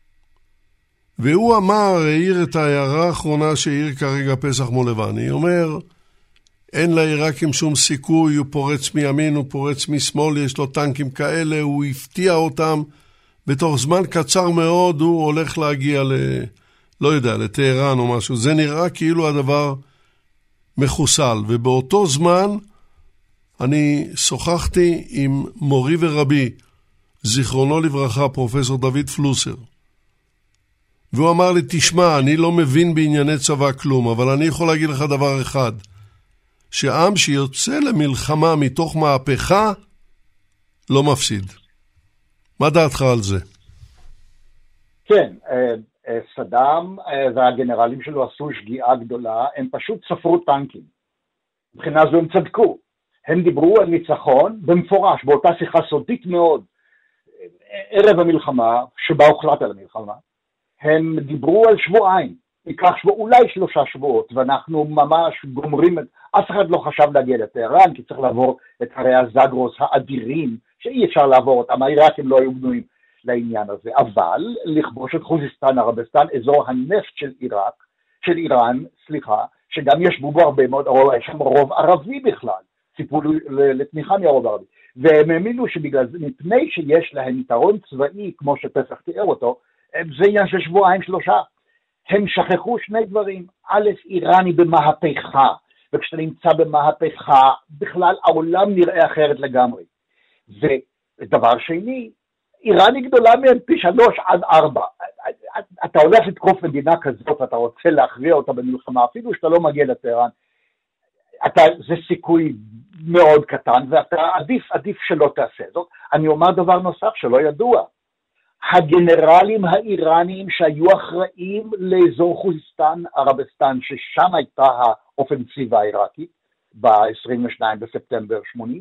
והוא אמר, העיר את ההערה האחרונה שהעיר כרגע פסח מולבני, הוא אומר, אין לעיראקים שום סיכוי, הוא פורץ מימין, הוא פורץ משמאל, יש לו טנקים כאלה, הוא הפתיע אותם, בתוך זמן קצר מאוד הוא הולך להגיע ל... לא יודע, לטהרן או משהו. זה נראה כאילו הדבר מחוסל, ובאותו זמן אני שוחחתי עם מורי ורבי, זיכרונו לברכה, פרופסור דוד פלוסר. והוא אמר לי, תשמע, אני לא מבין בענייני צבא כלום, אבל אני יכול להגיד לך דבר אחד, שעם שיוצא למלחמה מתוך מהפכה, לא מפסיד. מה דעתך על זה? כן, סדאם והגנרלים שלו עשו שגיאה גדולה, הם פשוט ספרו טנקים. מבחינה זו הם צדקו. הם דיברו על ניצחון במפורש, באותה שיחה סודית מאוד, ערב המלחמה, שבה הוחלט על המלחמה, הם דיברו על שבועיים, ייקח שבוע, אולי שלושה שבועות, ואנחנו ממש גומרים, אף אחד לא חשב להגיע לטהרן, כי צריך לעבור את הרי הזגרוס האדירים, שאי אפשר לעבור אותם, העיראקים לא היו בנויים לעניין הזה, אבל לכבוש את חוזיסטן, ערביסטן, אזור הנפט של עיראק, של איראן, סליחה, שגם ישבו בו הרבה מאוד, או יש שם רוב ערבי בכלל, ציפו לתמיכה מהרוב ערבי, והם האמינו שבגלל זה, מפני שיש להם יתרון צבאי, כמו שפסח תיאר אותו, זה עניין של שבועיים שלושה, הם שכחו שני דברים, א', איראן היא במהפכה, וכשאתה נמצא במהפכה, בכלל העולם נראה אחרת לגמרי, ודבר שני, איראן היא גדולה מהם פי שלוש עד ארבע, אתה הולך לתקוף מדינה כזאת, אתה רוצה להכריע אותה במלחמה, אפילו שאתה לא מגיע לטהרן, אתה, זה סיכוי מאוד קטן, ואתה עדיף, עדיף שלא תעשה זאת. אני אומר דבר נוסף שלא ידוע, הגנרלים האיראנים שהיו אחראים לאזור חוזיסטן, ערביסטן, ששם הייתה האופנסיבה העיראקית, ב-עשרים ושניים בספטמבר שמונים,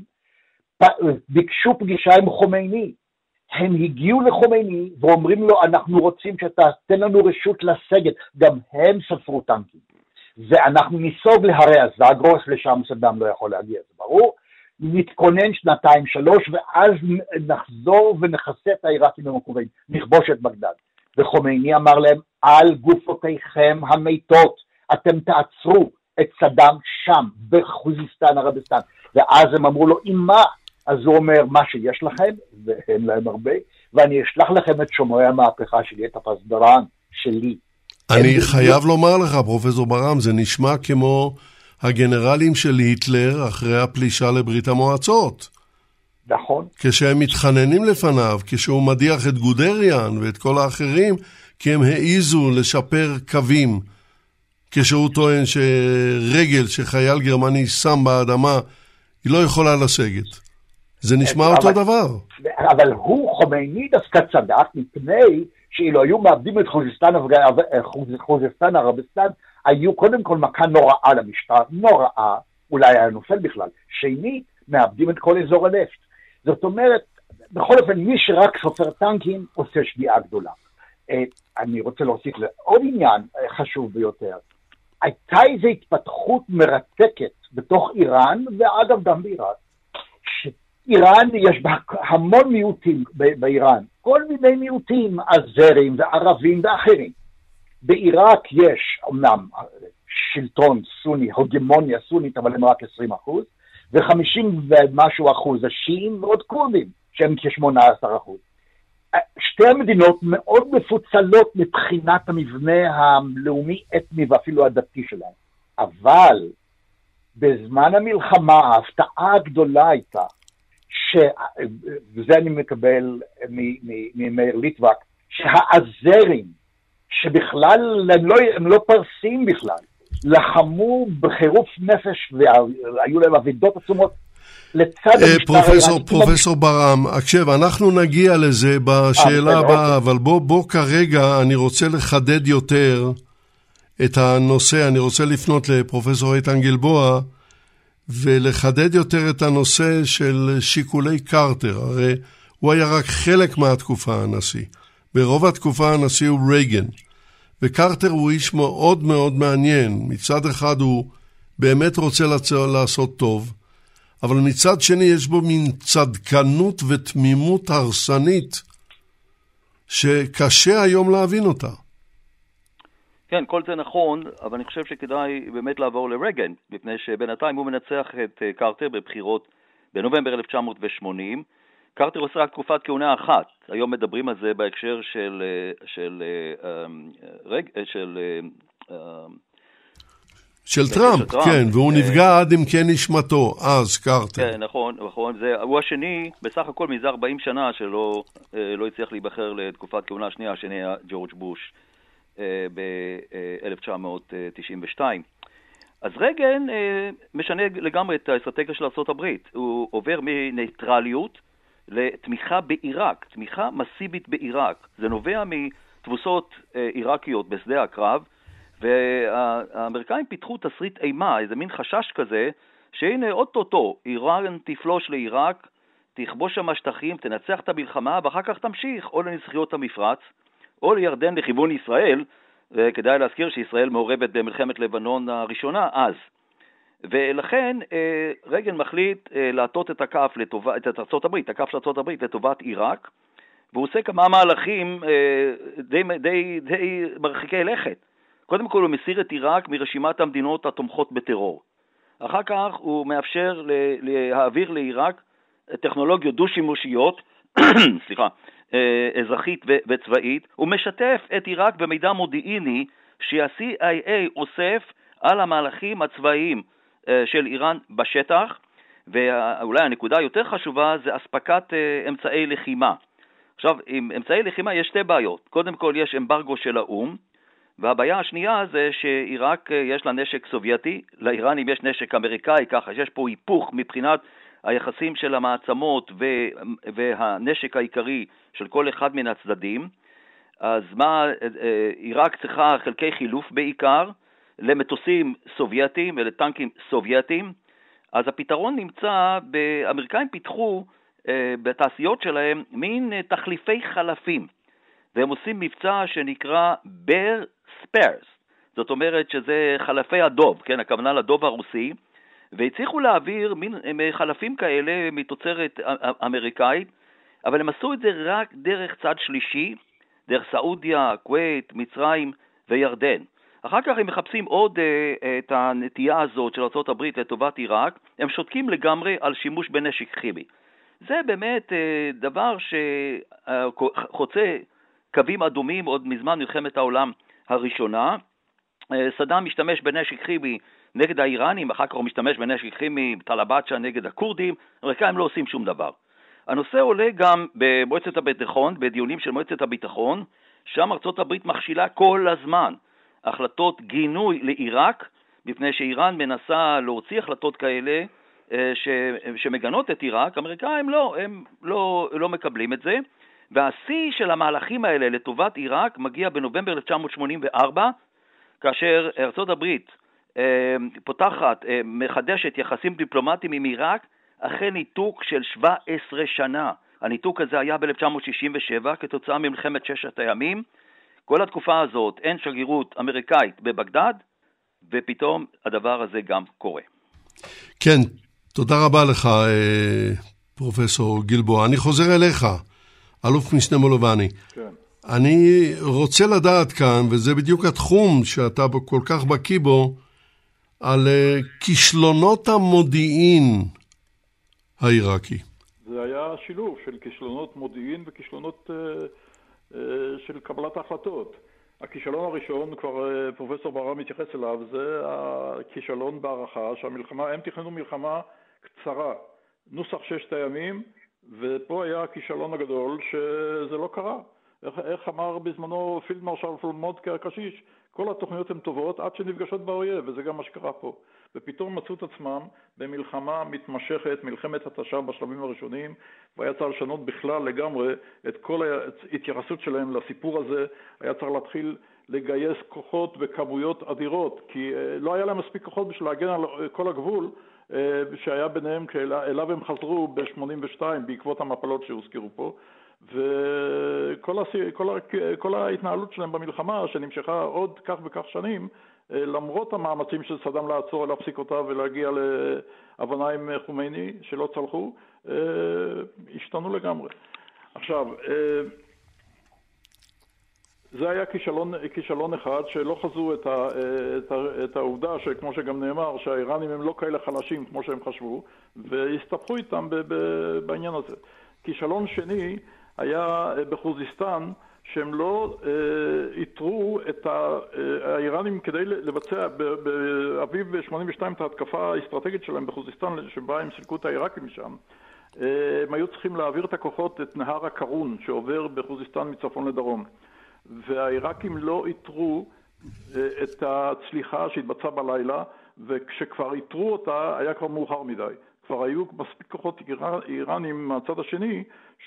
ביקשו פגישה עם חומייני, הם הגיעו לחומייני ואומרים לו, אנחנו רוצים שתתן לנו רשות לסגת, גם הם ספרו טנקים, ואנחנו ניסוג להרי הזגרוס, לשם סדאם לא יכול להגיע, זה ברור, נתכונן שנתיים שלוש, ואז נחזור ונחסה את העיראקים במקובים, נכבוש את בגדד. וחומייני אמר להם, על גופותיכם המיתות, אתם תעצרו את סדאם שם, בחוזיסטן, ערביסטן. ואז הם אמרו לו, עם מה? אז הוא אומר, מה שיש לכם, ואין להם הרבה, ואני אשלח לכם את שומרי המהפכה שלי, את הפסדרן שלי. אני חייב לומר לך, פרופסור ברם, זה נשמע כמו הגנרלים של היטלר אחרי הפלישה לברית המועצות. נכון. כשהם מתחננים לפניו, כשהוא מדיח את גודריאן ואת כל האחרים, כי הם העיזו לשפר קווים, כשהוא טוען שרגל שחייל גרמני שם באדמה, היא לא יכולה לסגת. זה נשמע אותו דבר. אבל הוא, חומייני, דווקא צדק, מפני שאילו היו מאבדים את חוזיסטן, ערביסטן, היו קודם כל מכה נוראה למשטר, נוראה, אולי היה נופל בכלל. שני, מאבדים את כל אזור הנפט. זאת אומרת, בכל אופן, מי שרק סופר טנקים, עושה שגיאה גדולה. אני רוצה להוסיף לעוד עניין חשוב ביותר. הייתה איזו התפתחות מרתקת בתוך איראן, ואגב גם בעיראק, שאיראן יש בה המון מיעוטים באיראן, כל מיני מיעוטים, אזרים וערבים ואחרים. בעיראק יש אמנם שלטון סוני, הוגמוניה סונית, אבל הם רק עשרים אחוז, ו-חמישים ומשהו אחוז השיעים ועוד קורדים, שהם כ-שמונה עשר אחוז. שתי המדינות מאוד מפוצלות מבחינת המבנה הלאומי, אתני ואפילו הדתי שלהם. אבל בזמן המלחמה ההפתעה הגדולה הייתה, ש... וזה אני מקבל ממאיר ליטבק, שהאזרים, שבכלל הם לא, הם לא פרסים בכלל, לחמו בחירוף נפש והיו להם אבידות עצומות, פרופסור, פרופסור ברם, הקשב, אנחנו נגיע לזה בשאלה הבאה, אבל בוא, בוא כרגע אני רוצה לחדד יותר את הנושא, אני רוצה לפנות לפרופסור איתן גלבוע, ולחדד יותר את הנושא של שיקולי קרטר, הרי הוא היה רק חלק מהתקופה הנשיא, ברוב התקופה הנשיא הוא רייגן, וקרטר הוא איש מאוד מאוד מעניין, מצד אחד הוא באמת רוצה לעשות טוב, אבל מצד שני יש בו מין צדקנות ותמימות הרסנית, שקשה היום להבין אותה. כן, כל זה נכון, אבל אני חושב שכדאי באמת לעבור לרגן, מפני שבינתיים הוא מנצח את קרטר בבחירות בנובמבר אלף תשע מאות שמונים. קרטר עושה רק תקופת כהונה אחת. היום מדברים על זה בהקשר של של רג של של טראמפ, כן, והוא נפגע עד עמקי נשמתו, אז קרטר. כן, נכון, נכון. זה הוא השני, בסך הכל מזה ארבעים שנה שלא לא הצליח להיבחר לתקופת כהונה שנייה, השני היה ג'ורג' בוש ב-אלף תשע מאות תשעים ושתיים. אז רגן משנה לגמרי את האסטרטגיה של ארצות הברית. הוא עובר מניטרליות לתמיכה בעיראק, תמיכה מסיבית בעיראק. זה נובע מתבוסות עיראקיות בשדה הקרב, והאמריקאים פיתחו תסריט אימה, איזה מין חשש כזה, שהנה עוד טוטו, איראן תפלוש לעיראק, תכבוש שם השטחים, תנצח את המלחמה, ואחר כך תמשיך או לנסיכויות המפרץ, או לירדן לכיוון ישראל, וכדאי להזכיר שישראל מעורבת במלחמת לבנון הראשונה אז. ולכן רגן מחליט להטות את הכף לטובת, את ארצות הברית, הכף של ארצות הברית לטובת עיראק, והוא עושה כמה מהלכים די, די, די מרחיקי לכת. קודם כל הוא מסיר את עיראק מרשימת המדינות התומכות בטרור. אחר כך הוא מאפשר להעביר לעיראק טכנולוגיות דו-שימושיות, סליחה, אזרחית וצבאית. הוא משתף את עיראק במידע מודיעיני שה-סי איי איי אוסף על המהלכים הצבאיים של איראן בשטח, ואולי הנקודה היותר חשובה זה אספקת אמצעי לחימה. עכשיו, עם אמצעי לחימה יש שתי בעיות. קודם כל יש אמברגו של האום, והבעיה השנייה זה שעיראק יש לה נשק סובייטי, לאיראנים יש נשק אמריקאי, ככה יש פה היפוך מבחינת היחסים של המעצמות והנשק העיקרי של כל אחד מן הצדדים. אז מה, עיראק צריכה חלקי חילוף בעיקר למטוסים סובייטיים ולטנקים סובייטיים. אז הפתרון נמצא, באמריקאים פיתחו בתעשיות שלהם מין תחליפי חלפים, והם עושים מבצע שנקרא בר ספיירס, זאת אומרת שזה חלפי הדוב, כן, הכוונה לדוב הרוסי, והצליחו להעביר מין חלפים כאלה מתוצרת אמריקאית, אבל הם עשו את זה רק דרך צד שלישי, דרך סעודיה, כווית, מצרים וירדן. אחר כך הם מחפשים עוד uh, את הנטייה הזאת של ארצות הברית לטובת עיראק, הם שותקים לגמרי על שימוש בנשק כימי. זה באמת uh, דבר שחוצה קווים אדומים עוד מזמן מלחמת העולם הראשונה. Uh, סדאם משתמש בנשק כימי נגד האיראנים, אחר כך הוא משתמש בנשק כימי טלבאצ'ה נגד הכורדים, האמריקאים לא עושים שום דבר. הנושא עולה גם במועצת הביטחון, בדיונים של מועצת הביטחון, שם ארצות הברית מכשילה כל הזמן החלטות גינוי לעיראק, מפני שאיראן מנסה להוציא החלטות כאלה ש, שמגנות את עיראק, האמריקאים לא, הם לא, לא מקבלים את זה, והשיא של המהלכים האלה לטובת עיראק מגיע בנובמבר אלף תשע מאות שמונים וארבע, כאשר ארצות הברית פותחת, מחדשת יחסים דיפלומטיים עם עיראק, אחרי ניתוק של שבע עשרה שנה. הניתוק הזה היה ב-אלף תשע מאות שישים ושבע, כתוצאה ממלחמת ששת הימים. כל התקופה הזאת אין שגרירות אמריקאית בבגדד, ופתאום הדבר הזה גם קורה. כן, תודה רבה לך, פרופסור גלבוע. אני חוזר אליך, אלוף משנה מולובני. כן. אני רוצה לדעת כאן, וזה בדיוק התחום שאתה כל כך בקיא בו, על כישלונות המודיעין העיראקי. זה היה שילוב של כישלונות מודיעין וכישלונות uh, uh, של קבלת ההחלטות. הכישלון הראשון, כבר uh, פרופסור ברם מתייחס אליו, זה הכישלון בערכה, שהמלחמה, הם תכננו מלחמה קצרה, נוסח ששת הימים, ופה היה הכישלון הגדול שזה לא קרה. איך, איך אמר בזמנו פילדמרשל מודקה הקשיש, כל התוכניות הן טובות עד שנפגשות באויב, וזה גם מה שקרה פה. ופתאום מצאו את עצמם במלחמה מתמשכת, מלחמת התשה בשלבים הראשונים, והיה צריך לשנות בכלל לגמרי את כל ההתייחסות שלהם לסיפור הזה, היה צריך להתחיל לגייס כוחות וכמויות אדירות, כי לא היה להם מספיק כוחות בשביל להגן על כל הגבול שהיה ביניהם, אליו הם חזרו ב-שמונים ושתיים בעקבות המפלות שהוזכרו פה, וכל הס... כל ה... כל ההתנהלות שלהם במלחמה שנמשכה עוד כך וכך שנים למרות המאמצים של סדאם לעצור, להפסיק אותה ולהגיע להבנה עם חומייני שלא צלחו, השתנו לגמרי. עכשיו, זה היה כישלון, כישלון אחד שלא חזו את, ה, את, ה, את העובדה שכמו שגם נאמר שהאיראנים הם לא כאלה חלשים כמו שהם חשבו והסתבכו איתם ב, ב, בעניין הזה. כישלון שני היה בחוזיסטן שהם לא איתרו את האיראנים כדי לבצע באביב שמונים ושתיים את ההתקפה האסטרטגית שלהם בחוזיסטן שבה הם סילקו את העיראקים משם. הם היו צריכים להעביר את הכוחות את נהר הקרון שעובר בחוזיסטן מצפון לדרום. והעיראקים לא איתרו את הצליחה שהתבצעה בלילה, וכשכבר איתרו אותה היה כבר מאוחר מדי. כבר היו מספיק כוחות איראנים מהצד השני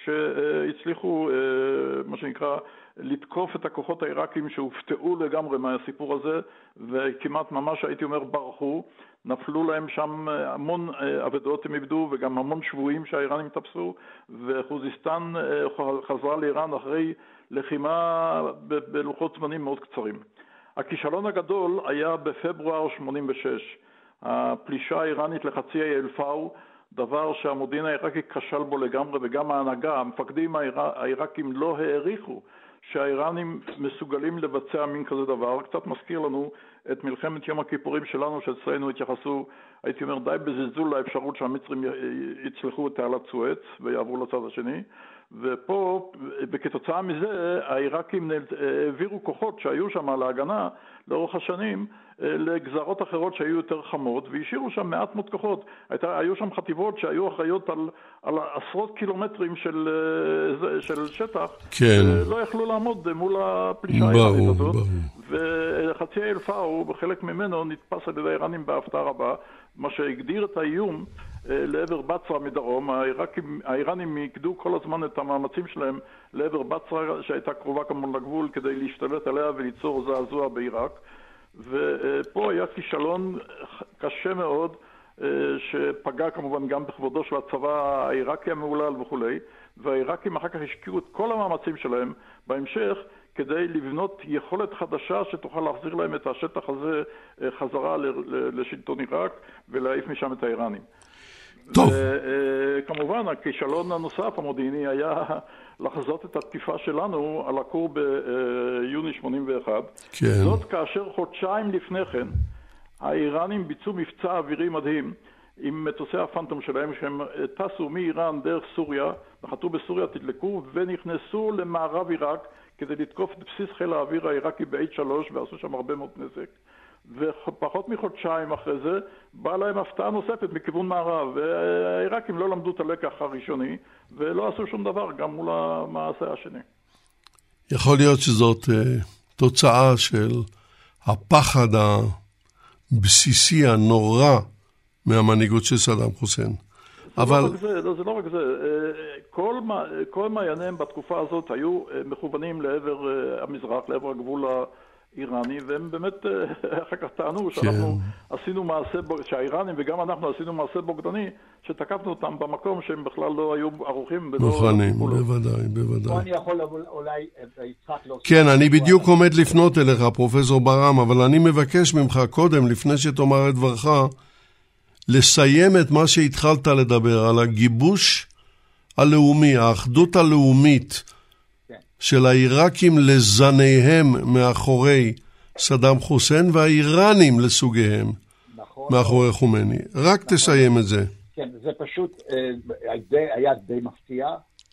שהצליחו, מה שנקרא, לתקוף את הכוחות העיראקים שהופתעו לגמרי מהסיפור הזה, וכמעט ממש הייתי אומר ברחו. נפלו להם שם המון עבדות הם איבדו וגם המון שבויים שהאיראנים תפסו, וחוזיסטן חזרה לאיראן אחרי לחימה ב- בלוחות זמנים מאוד קצרים. הכישלון הגדול היה בפברואר שמונים ושש. הפלישה האיראנית לחצי האי אל-פאו, דבר שהמודיעין העיראקי כשל בו לגמרי, וגם ההנהגה, המפקדים העיראקים לא העריכו שהאיראנים מסוגלים לבצע מין כזה דבר. קצת מזכיר לנו את מלחמת יום הכיפורים שלנו, שאצלנו התייחסו, הייתי אומר, די בזלזול לאפשרות שהמצרים יצלחו את תעלת סואץ ויעברו לצד השני. ופה, בכתוצאה מזה, העיראקים העבירו כוחות שהיו שם על ההגנה לאורך השנים לגזרות אחרות שהיו יותר חמות, והשאירו שם מעט מאוד כוחות. הייתה, היו שם חטיבות שהיו אחראיות על, על עשרות קילומטרים של, של שטח, כן. לא יכלו לעמוד מול הפלישה האיראנית הזאת. וחצי האי אל-פאו, בחלק ממנו, נתפס על ידי האיראנים בהפתעה רבה, מה שהגדיר את האיום לעבר בצרה מדרום. האיראקים, האיראנים יקדו כל הזמן את המאמצים שלהם לעבר בצרה שהייתה קרובה כמובן לגבול כדי להשתלט עליה וליצור זעזוע בעיראק. ופה היה כישלון קשה מאוד שפגע כמובן גם בכבודו של הצבא העיראקי המעולל וכולי, והעיראקים אחר כך השקיעו את כל המאמצים שלהם בהמשך כדי לבנות יכולת חדשה שתוכל להחזיר להם את השטח הזה חזרה לשלטון עיראק ולהעיף משם את האיראנים. טוב. וכמובן הכישלון הנוסף המודיעיני היה לחזות את התקיפה שלנו על הכור ביוני שמונים ואחת. כן. זאת כאשר חודשיים לפני כן האיראנים ביצעו מבצע אווירי מדהים עם מטוסי הפנטום שלהם, שהם טסו מאיראן דרך סוריה, נחתו בסוריה, תדלקו ונכנסו למערב עיראק כדי לתקוף את בסיס חיל האוויר העיראקי ב-אייץ' שלוש, ועשו שם הרבה מאוד נזק. ופחות מחודשיים אחרי זה באה להם הפתעה נוספת מכיוון מערב, והעיראקים לא למדו את הלקח הראשוני ולא עשו שום דבר גם מול המעשה השני. יכול להיות שזאת uh, תוצאה של הפחד הבסיסי הנורא מהמנהיגות של סדאם חוסיין. זה אבל... לא רק זה, לא, זה לא רק זה. כל, כל מעייניהם בתקופה הזאת היו מכוונים לעבר המזרח, לעבר הגבול האיראני, והם באמת אחר כך טענו שאנחנו כן. עשינו מעשה, שהאיראנים וגם אנחנו עשינו מעשה בוגדני, שתקפנו אותם במקום שהם בכלל לא היו ערוכים. מוכנים, בוודאי, בוודאי. פה אני יכול אולי, יצחק לא... כן, אני בדיוק עומד לפנות אליך, פרופסור ברם, אבל אני מבקש ממך קודם, לפני שתאמר את דברך, לסיים את מה שהתחלת לדבר, על הגיבוש הלאומי, האחדות הלאומית כן. של העיראקים לזניהם מאחורי סדאם חוסיין, והאיראנים לסוגיהם נכון, מאחורי נכון. חומני. רק נכון. תסיים את זה. כן, זה פשוט היה די מפתיע.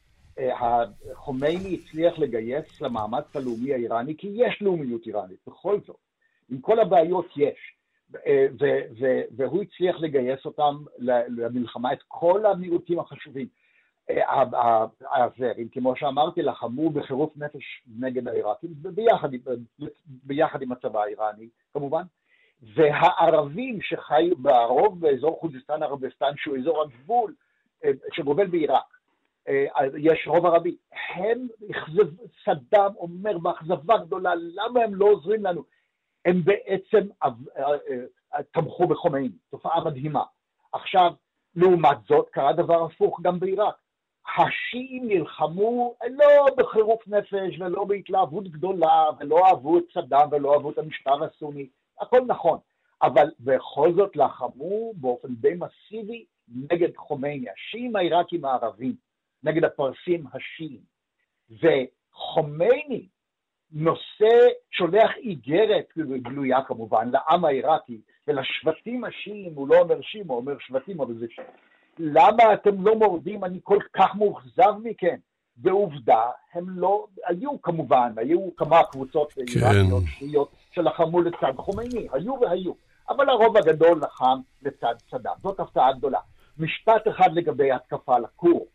חומני הצליח לגייס למאמץ הלאומי האיראני, כי יש לאומיות איראנית, בכל זאת. עם כל הבעיות יש. והוא הצליח לגייס אותם למלחמה, את כל המיעוטים החשובים. הזרים, כמו שאמרתי, לחמו בחירוף נפש נגד העיראקים, ביחד עם הצבא האיראני, כמובן. והערבים שחיו ברוב באזור חוזיסטן ערביסטן, שהוא אזור הגבול שגובל בעיראק, יש רוב ערבי. הם, סדאם אומר באכזבה גדולה, למה הם לא עוזרים לנו? הם בעצם תמכו בחומייני, תופעה מדהימה. עכשיו, לעומת זאת, קרה דבר הפוך גם בעיראק. השיעים נלחמו לא בחירוף נפש ולא בהתלהבות גדולה, ולא אהבו את סדאם ולא אהבו את המשטר הסוני. הכל נכון, אבל בכל זאת לחמו באופן די מסיבי נגד חומייני, השיעים העיראקים הערבים, נגד הפרסים השיעים, וחומייני נושא, שולח איגרת גלויה כמובן לעם העיראקי ולשבטים השיעים, הוא לא אומר שיעים, הוא אומר שבטים, אבל זה שיעים. למה אתם לא מורדים? אני כל כך מאוכזב מכם. בעובדה, הם לא, היו כמובן, היו כמה קבוצות עיראקיות שיעיות שלחמו לצד חומייני, היו והיו, אבל הרוב הגדול לחם לצד סדאם. זאת הפתעה גדולה. משפט אחד לגבי התקפה על הכור.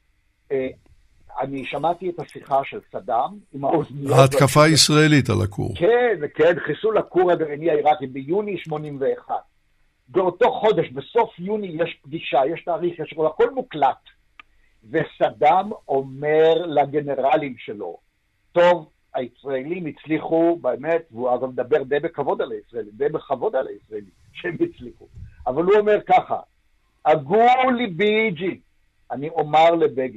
אני שמעתי את השיחה של סדאם עם האוזניות. ההתקפה הישראלית על הכור. כן, כן, חיסול הכור הגרעיני העיראקי ביוני שמונים ואחת. באותו חודש, בסוף יוני יש פגישה, יש תאריך, יש הכל מוקלט. וסדאם אומר לגנרלים שלו, טוב, הישראלים הצליחו, באמת, והוא אגב מדבר די בכבוד על הישראלים, די בכבוד על הישראלים, שהם הצליחו. אבל הוא אומר ככה, אגור לי ביג'י, אני אומר לבגין,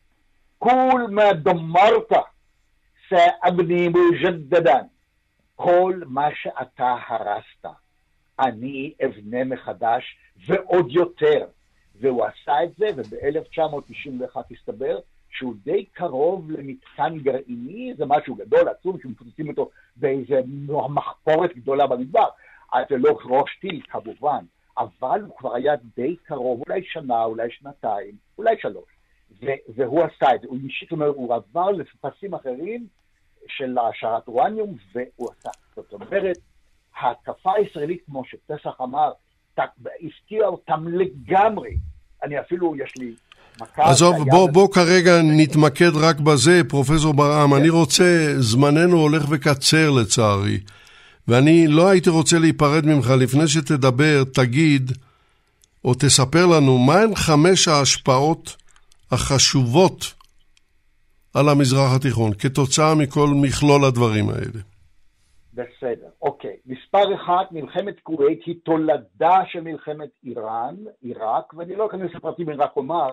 כל מה דמרת סאבני מוג'דדן, כל מה שאתה הרסת, אני אבנה מחדש ועוד יותר. והוא עשה את זה, וב-אלף תשע מאות תשעים ואחת הסתבר שהוא די קרוב למתקן גרעיני, זה משהו גדול, עצום, שמפוצצים אותו באיזה מחפורת גדולה במדבר. זה לא ראש טיל כמובן, אבל הוא כבר היה די קרוב, אולי שנה, אולי שנתיים, אולי שלוש. והוא עשה את זה, הוא אישית אומר, הוא עבר לפסים אחרים של השערת אורניום, והוא עשה. זאת אומרת, ההתקפה הישראלית, כמו שפסח אמר, הפתיעה אותם לגמרי. אני אפילו, יש לי מכה... עזוב, בוא, בוא כרגע נתמקד רק בזה, פרופסור ברעם. אני רוצה, זמננו הולך וקצר לצערי, ואני לא הייתי רוצה להיפרד ממך. לפני שתדבר, תגיד, או תספר לנו, מהן חמש ההשפעות החשובות על המזרח התיכון, כתוצאה מכל מכלול הדברים האלה? בסדר, אוקיי. מספר אחד, מלחמת כווית היא תולדה של מלחמת איראן, עיראק, ואני לא אכנס לפרטים, אני רק אומר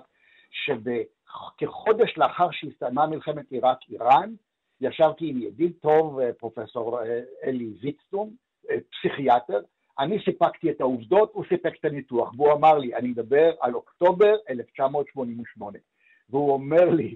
שכחודש לאחר שהסתיימה מלחמת עיראק-איראן, ישבתי עם ידיד טוב, פרופסור אלי ויצטום, פסיכיאטר, אני סיפקתי את העובדות, הוא סיפק את הניתוח, והוא אמר לי, אני מדבר על אוקטובר אלף תשע מאות שמונים ושמונה, והוא אומר לי,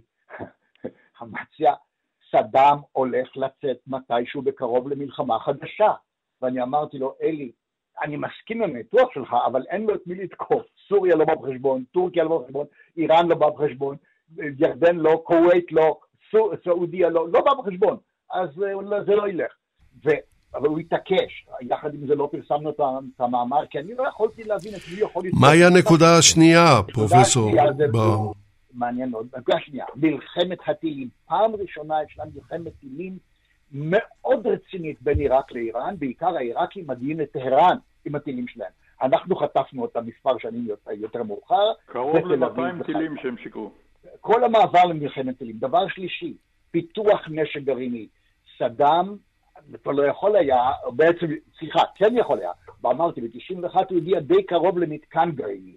חמציה, סדאם הולך לצאת מתישהו בקרוב למלחמה חדשה. ואני אמרתי לו, אלי, אני מסכים עם הניתוח שלך, אבל אין לו את מי לתקוף. סוריה לא בא בחשבון, טורקיה לא בא בחשבון, איראן לא בא בחשבון, ירדן לא, כווית לא, סעודיה לא, לא בא בחשבון. אז זה לא ילך. ו... אבל הוא התעקש. יחד עם זה לא פרסמנו את המאמר, כי אני לא יכולתי להבין את מי יכול... מהי הנקודה השנייה, פרופסור? מעניין מאוד. נקודה שנייה, מלחמת הטילים. פעם ראשונה ישנה מלחמת טילים מאוד רצינית בין עיראק לאיראן, בעיקר העיראקים מגיעים לטהרן עם הטילים שלהם. אנחנו חטפנו אותם מספר שנים יותר מאוחר. קרוב ל-מאתיים טילים שהם שיקרו. כל המעבר למלחמת טילים. דבר שלישי, פיתוח נשק גרעיני. סדאם כבר לא יכול היה, בעצם, סליחה, כן יכול היה. ואמרתי, ב-תשעים ואחת הוא הגיע די קרוב למתקן גרעיני.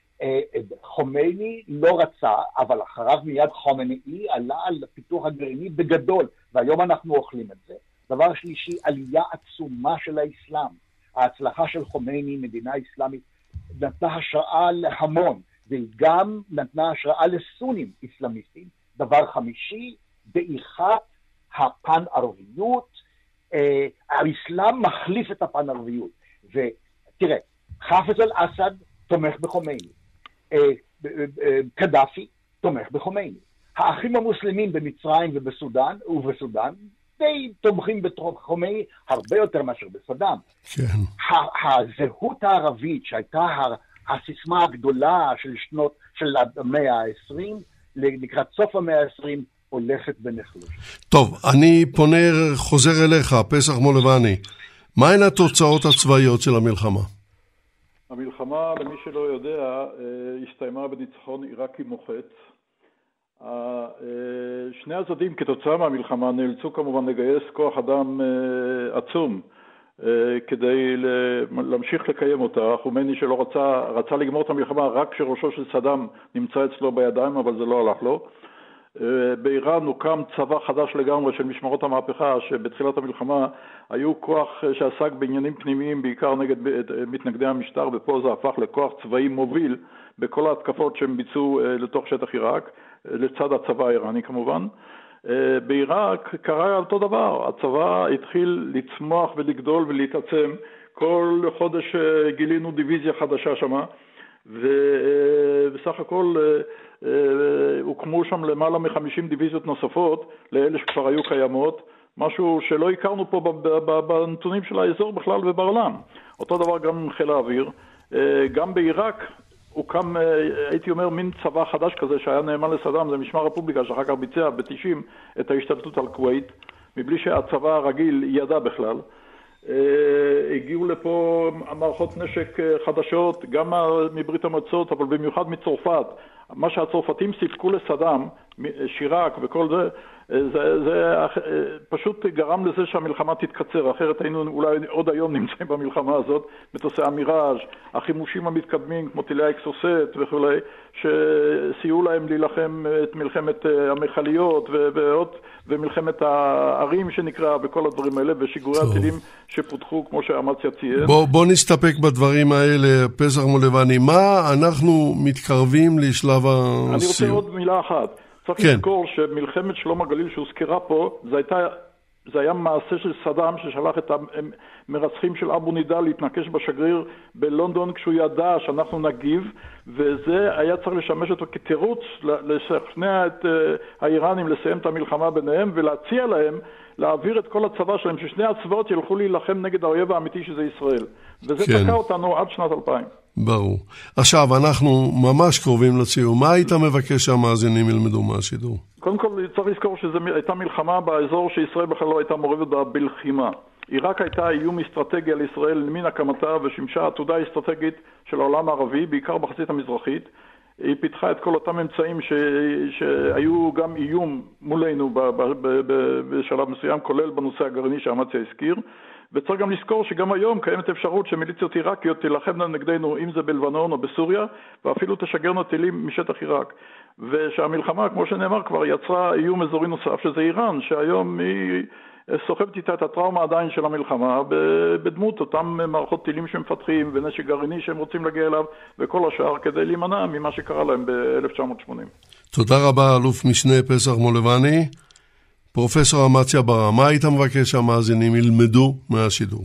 חומייני לא רצה, אבל אחריו מיד חומייני עלה על הפיתוח הגרעיני בגדול, והיום אנחנו אוכלים את זה. דבר שלישי, עלייה עצומה של האסלאם. ההצלחה של חומייני, מדינה אסלאמית, נתנה השראה להמון, והיא גם נתנה השראה לסונים אסלאמיסטים. דבר חמישי, דעיכת הפן-ערביות, אה, האסלאם מחליף את הפן-ערביות. ותראה, חאפז אל-אסד תומך בחומייני. קדאפי תומך בחומייני. האחים המוסלמים במצרים ובסודן, ובסודן, די תומכים בחומייני הרבה יותר מאשר בסדאם. כן. הזהות הערבית שהייתה הסיסמה הגדולה של שנות, של המאה ה-עשרים, לקראת סוף המאה ה-עשרים, הולכת בנחלוש. טוב, אני פונה, חוזר אליך, פסח מולבני. מהן התוצאות הצבאיות של המלחמה? המלחמה, למי שלא יודע, הסתיימה בניצחון עיראקי מוחץ. שני הצדדים כתוצאה מהמלחמה נאלצו כמובן לגייס כוח אדם עצום כדי להמשיך לקיים אותה. חומייני שלא רצה, רצה לגמור את המלחמה רק כשראשו של סדאם נמצא אצלו בידיים, אבל זה לא הלך לו. באיראן הוקם צבא חדש לגמרי של משמרות המהפכה, שבתחילת המלחמה היו כוח שעסק בעניינים פנימיים, בעיקר נגד מתנגדי המשטר, ופה זה הפך לכוח צבאי מוביל בכל ההתקפות שהם ביצעו לתוך שטח עיראק, לצד הצבא האיראני כמובן. בעיראק קרה אותו דבר, הצבא התחיל לצמוח ולגדול ולהתעצם, כל חודש גילינו דיוויזיה חדשה שמה, ובסך הכל הוקמו שם למעלה מ-חמישים דיוויזיות נוספות לאלה שכבר היו קיימות, משהו שלא הכרנו פה בנתונים של האזור בכלל ובעולם. אותו דבר גם חיל האוויר. גם בעיראק הוקם, הייתי אומר, מין צבא חדש כזה שהיה נאמן לסדאם, זה משמר רפובליקה, שאחר כך ביצע ב-תשעים את ההשתלטות על כווית, מבלי שהצבא הרגיל ידע בכלל. הגיעו לפה מערכות נשק חדשות, גם מברית המועצות, אבל במיוחד מצרפת. מה שהצרפתים סיפקו לסדאם, שיראק וכל זה, זה, זה פשוט גרם לזה שהמלחמה תתקצר, אחרת היינו אולי עוד היום נמצאים במלחמה הזאת, מטוסי המיראז', החימושים המתקדמים כמו טילי האקסוסט וכו', שסייעו להם להילחם את מלחמת המחליות ועוד, ומלחמת הערים שנקרא, וכל הדברים האלה, ושיגורי הטילים שפותחו כמו שאמציה ציין. בוא, בוא נסתפק בדברים האלה, פסח מולבני. מה אנחנו מתקרבים לשלב הסיום? אני רוצה עוד מילה אחת. צריך כן. לזכור שמלחמת שלום הגליל שהוזכרה פה, זה, הייתה, זה היה מעשה של סדאם ששלח את המרצחים של אבו נידאל להתנקש בשגריר בלונדון כשהוא ידע שאנחנו נגיב, וזה היה צריך לשמש אותו כתירוץ לשכנע את האיראנים לסיים את המלחמה ביניהם ולהציע להם להעביר את כל הצבא שלהם, ששני הצבאות ילכו להילחם נגד האויב האמיתי שזה ישראל. וזה כן. תקע אותנו עד שנת אלפיים. ברור. עכשיו, אנחנו ממש קרובים לסיום. מה היית מבקש שהמאזינים ילמדו מהשידור? קודם כל, צריך לזכור שזו הייתה מלחמה באזור שישראל בכלל לא הייתה מעורבת בה בלחימה. עיראק הייתה איום אסטרטגי על ישראל מן הקמתה ושימשה עתודה אסטרטגית של העולם הערבי, בעיקר בחצית המזרחית. היא פיתחה את כל אותם אמצעים ש... שהיו גם איום מולנו ב... ב... ב... בשלב מסוים, כולל בנושא הגרעיני שאמציה הזכיר. וצריך גם לזכור שגם היום קיימת אפשרות שמיליציות עיראקיות תילחמנה נגדנו, אם זה בלבנון או בסוריה, ואפילו תשגרנה טילים משטח עיראק. ושהמלחמה, כמו שנאמר כבר, יצרה איום אזורי נוסף, שזה איראן, שהיום היא סוחבת איתה את הטראומה עדיין של המלחמה, בדמות אותם מערכות טילים שמפתחים, ונשק גרעיני שהם רוצים להגיע אליו, וכל השאר כדי להימנע ממה שקרה להם ב-אלף תשע מאות שמונים. תודה רבה, אלוף משנה פסח מולבני. פרופסור אמציה ברא, מה היית מבקש שהמאזינים ילמדו מהשידור?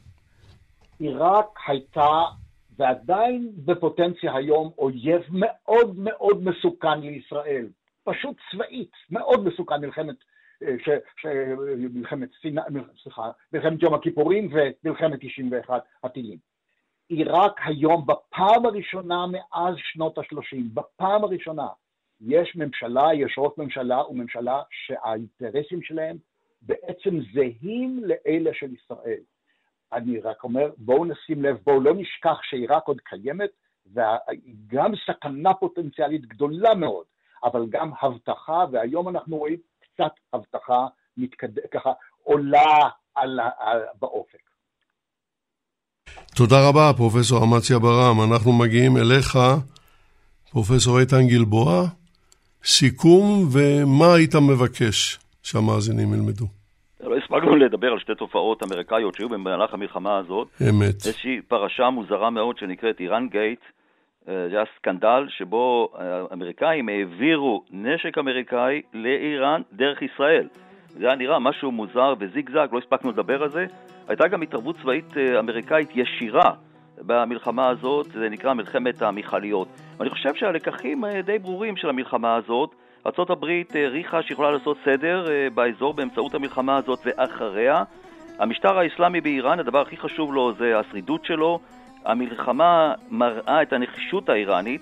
עיראק הייתה ועדיין בפוטנציה היום אויב מאוד מאוד מסוכן לישראל. פשוט צבאית, מאוד מסוכן, מלחמת, ש, ש, מלחמת, סליחה, מלחמת יום הכיפורים ומלחמת תשעים ואחת הטילים. עיראק היום בפעם הראשונה מאז שנות ה-שלושים, בפעם הראשונה, יש ממשלה, יש ראש ממשלה וממשלה שהאינטרסים שלהם בעצם זהים לאלה של ישראל. אני רק אומר, בואו נשים לב, בואו לא נשכח שעיראק עוד קיימת, וגם סכנה פוטנציאלית גדולה מאוד, אבל גם הבטחה, והיום אנחנו רואים קצת הבטחה מתקד... ככה עולה על... על... באופק. תודה רבה, פרופסור אמציה ברם. אנחנו מגיעים אליך, פרופסור איתן גלבוע. סיכום, ומה היית מבקש שהמאזינים ילמדו? לא הספקנו לדבר על שתי תופעות אמריקאיות שהיו במהלך המלחמה הזאת. אמת. איזושהי פרשה מוזרה מאוד שנקראת איראן גייט. זה היה סקנדל שבו האמריקאים העבירו נשק אמריקאי לאיראן דרך ישראל. זה היה נראה משהו מוזר וזיגזג, לא הספקנו לדבר על זה. הייתה גם התערבות צבאית אמריקאית ישירה במלחמה הזאת, זה נקרא מלחמת המחליות. ואני חושב שהלקחים די ברורים של המלחמה הזאת, ארצות הברית העריכה שיכולה לעשות סדר באזור באמצעות המלחמה הזאת ואחריה. המשטר האסלאמי באיראן, הדבר הכי חשוב לו זה השרידות שלו. המלחמה מראה את הנחישות האיראנית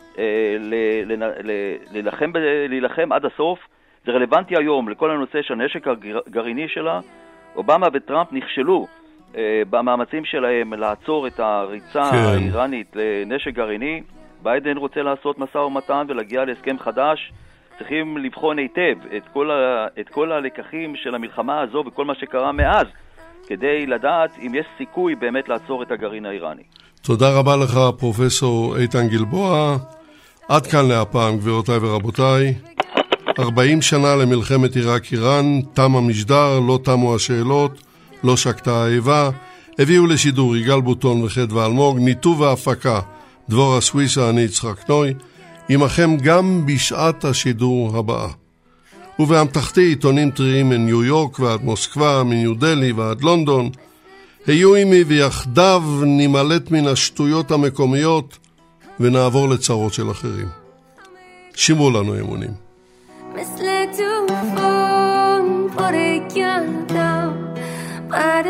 להילחם, להילחם עד הסוף. זה רלוונטי היום לכל הנושא של הנשק הגרעיני שלה. אובמה וטראמפ נכשלו במאמצים שלהם לעצור את הריצה כן. האיראנית לנשק גרעיני. ביידן רוצה לעשות משא ומתן ולהגיע להסכם חדש. צריכים לבחון היטב את כל, ה... את כל הלקחים של המלחמה הזו וכל מה שקרה מאז, כדי לדעת אם יש סיכוי באמת לעצור את הגרעין האיראני. תודה רבה לך, פרופסור איתן גלבוע. עד כאן להפעם, גבירותיי ורבותיי. ארבעים שנה למלחמת עיראק-איראן, תם המשדר, לא תמו השאלות, לא שקטה האיבה, הביאו לשידור יגאל בוטון וחדווה אלמוג, ניתוב והפקה, דבורה סוויסה, אני יצחק נוי, עמכם גם בשעת השידור הבאה. ובאמתחתי עיתונים טריים מניו יורק ועד מוסקבה, מניו דלי ועד לונדון, היו עמי ויחדיו נמלט מן השטויות המקומיות ונעבור לצרות של אחרים. שימו לנו אמונים. مثل توفان پاره کردم بعد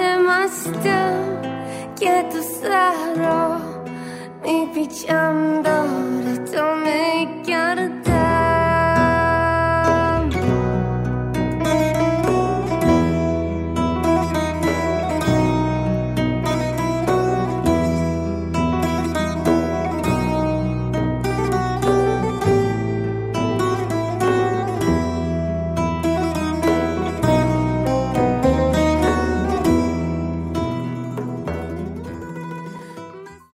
مستم که تو صحرا میپیچم دارم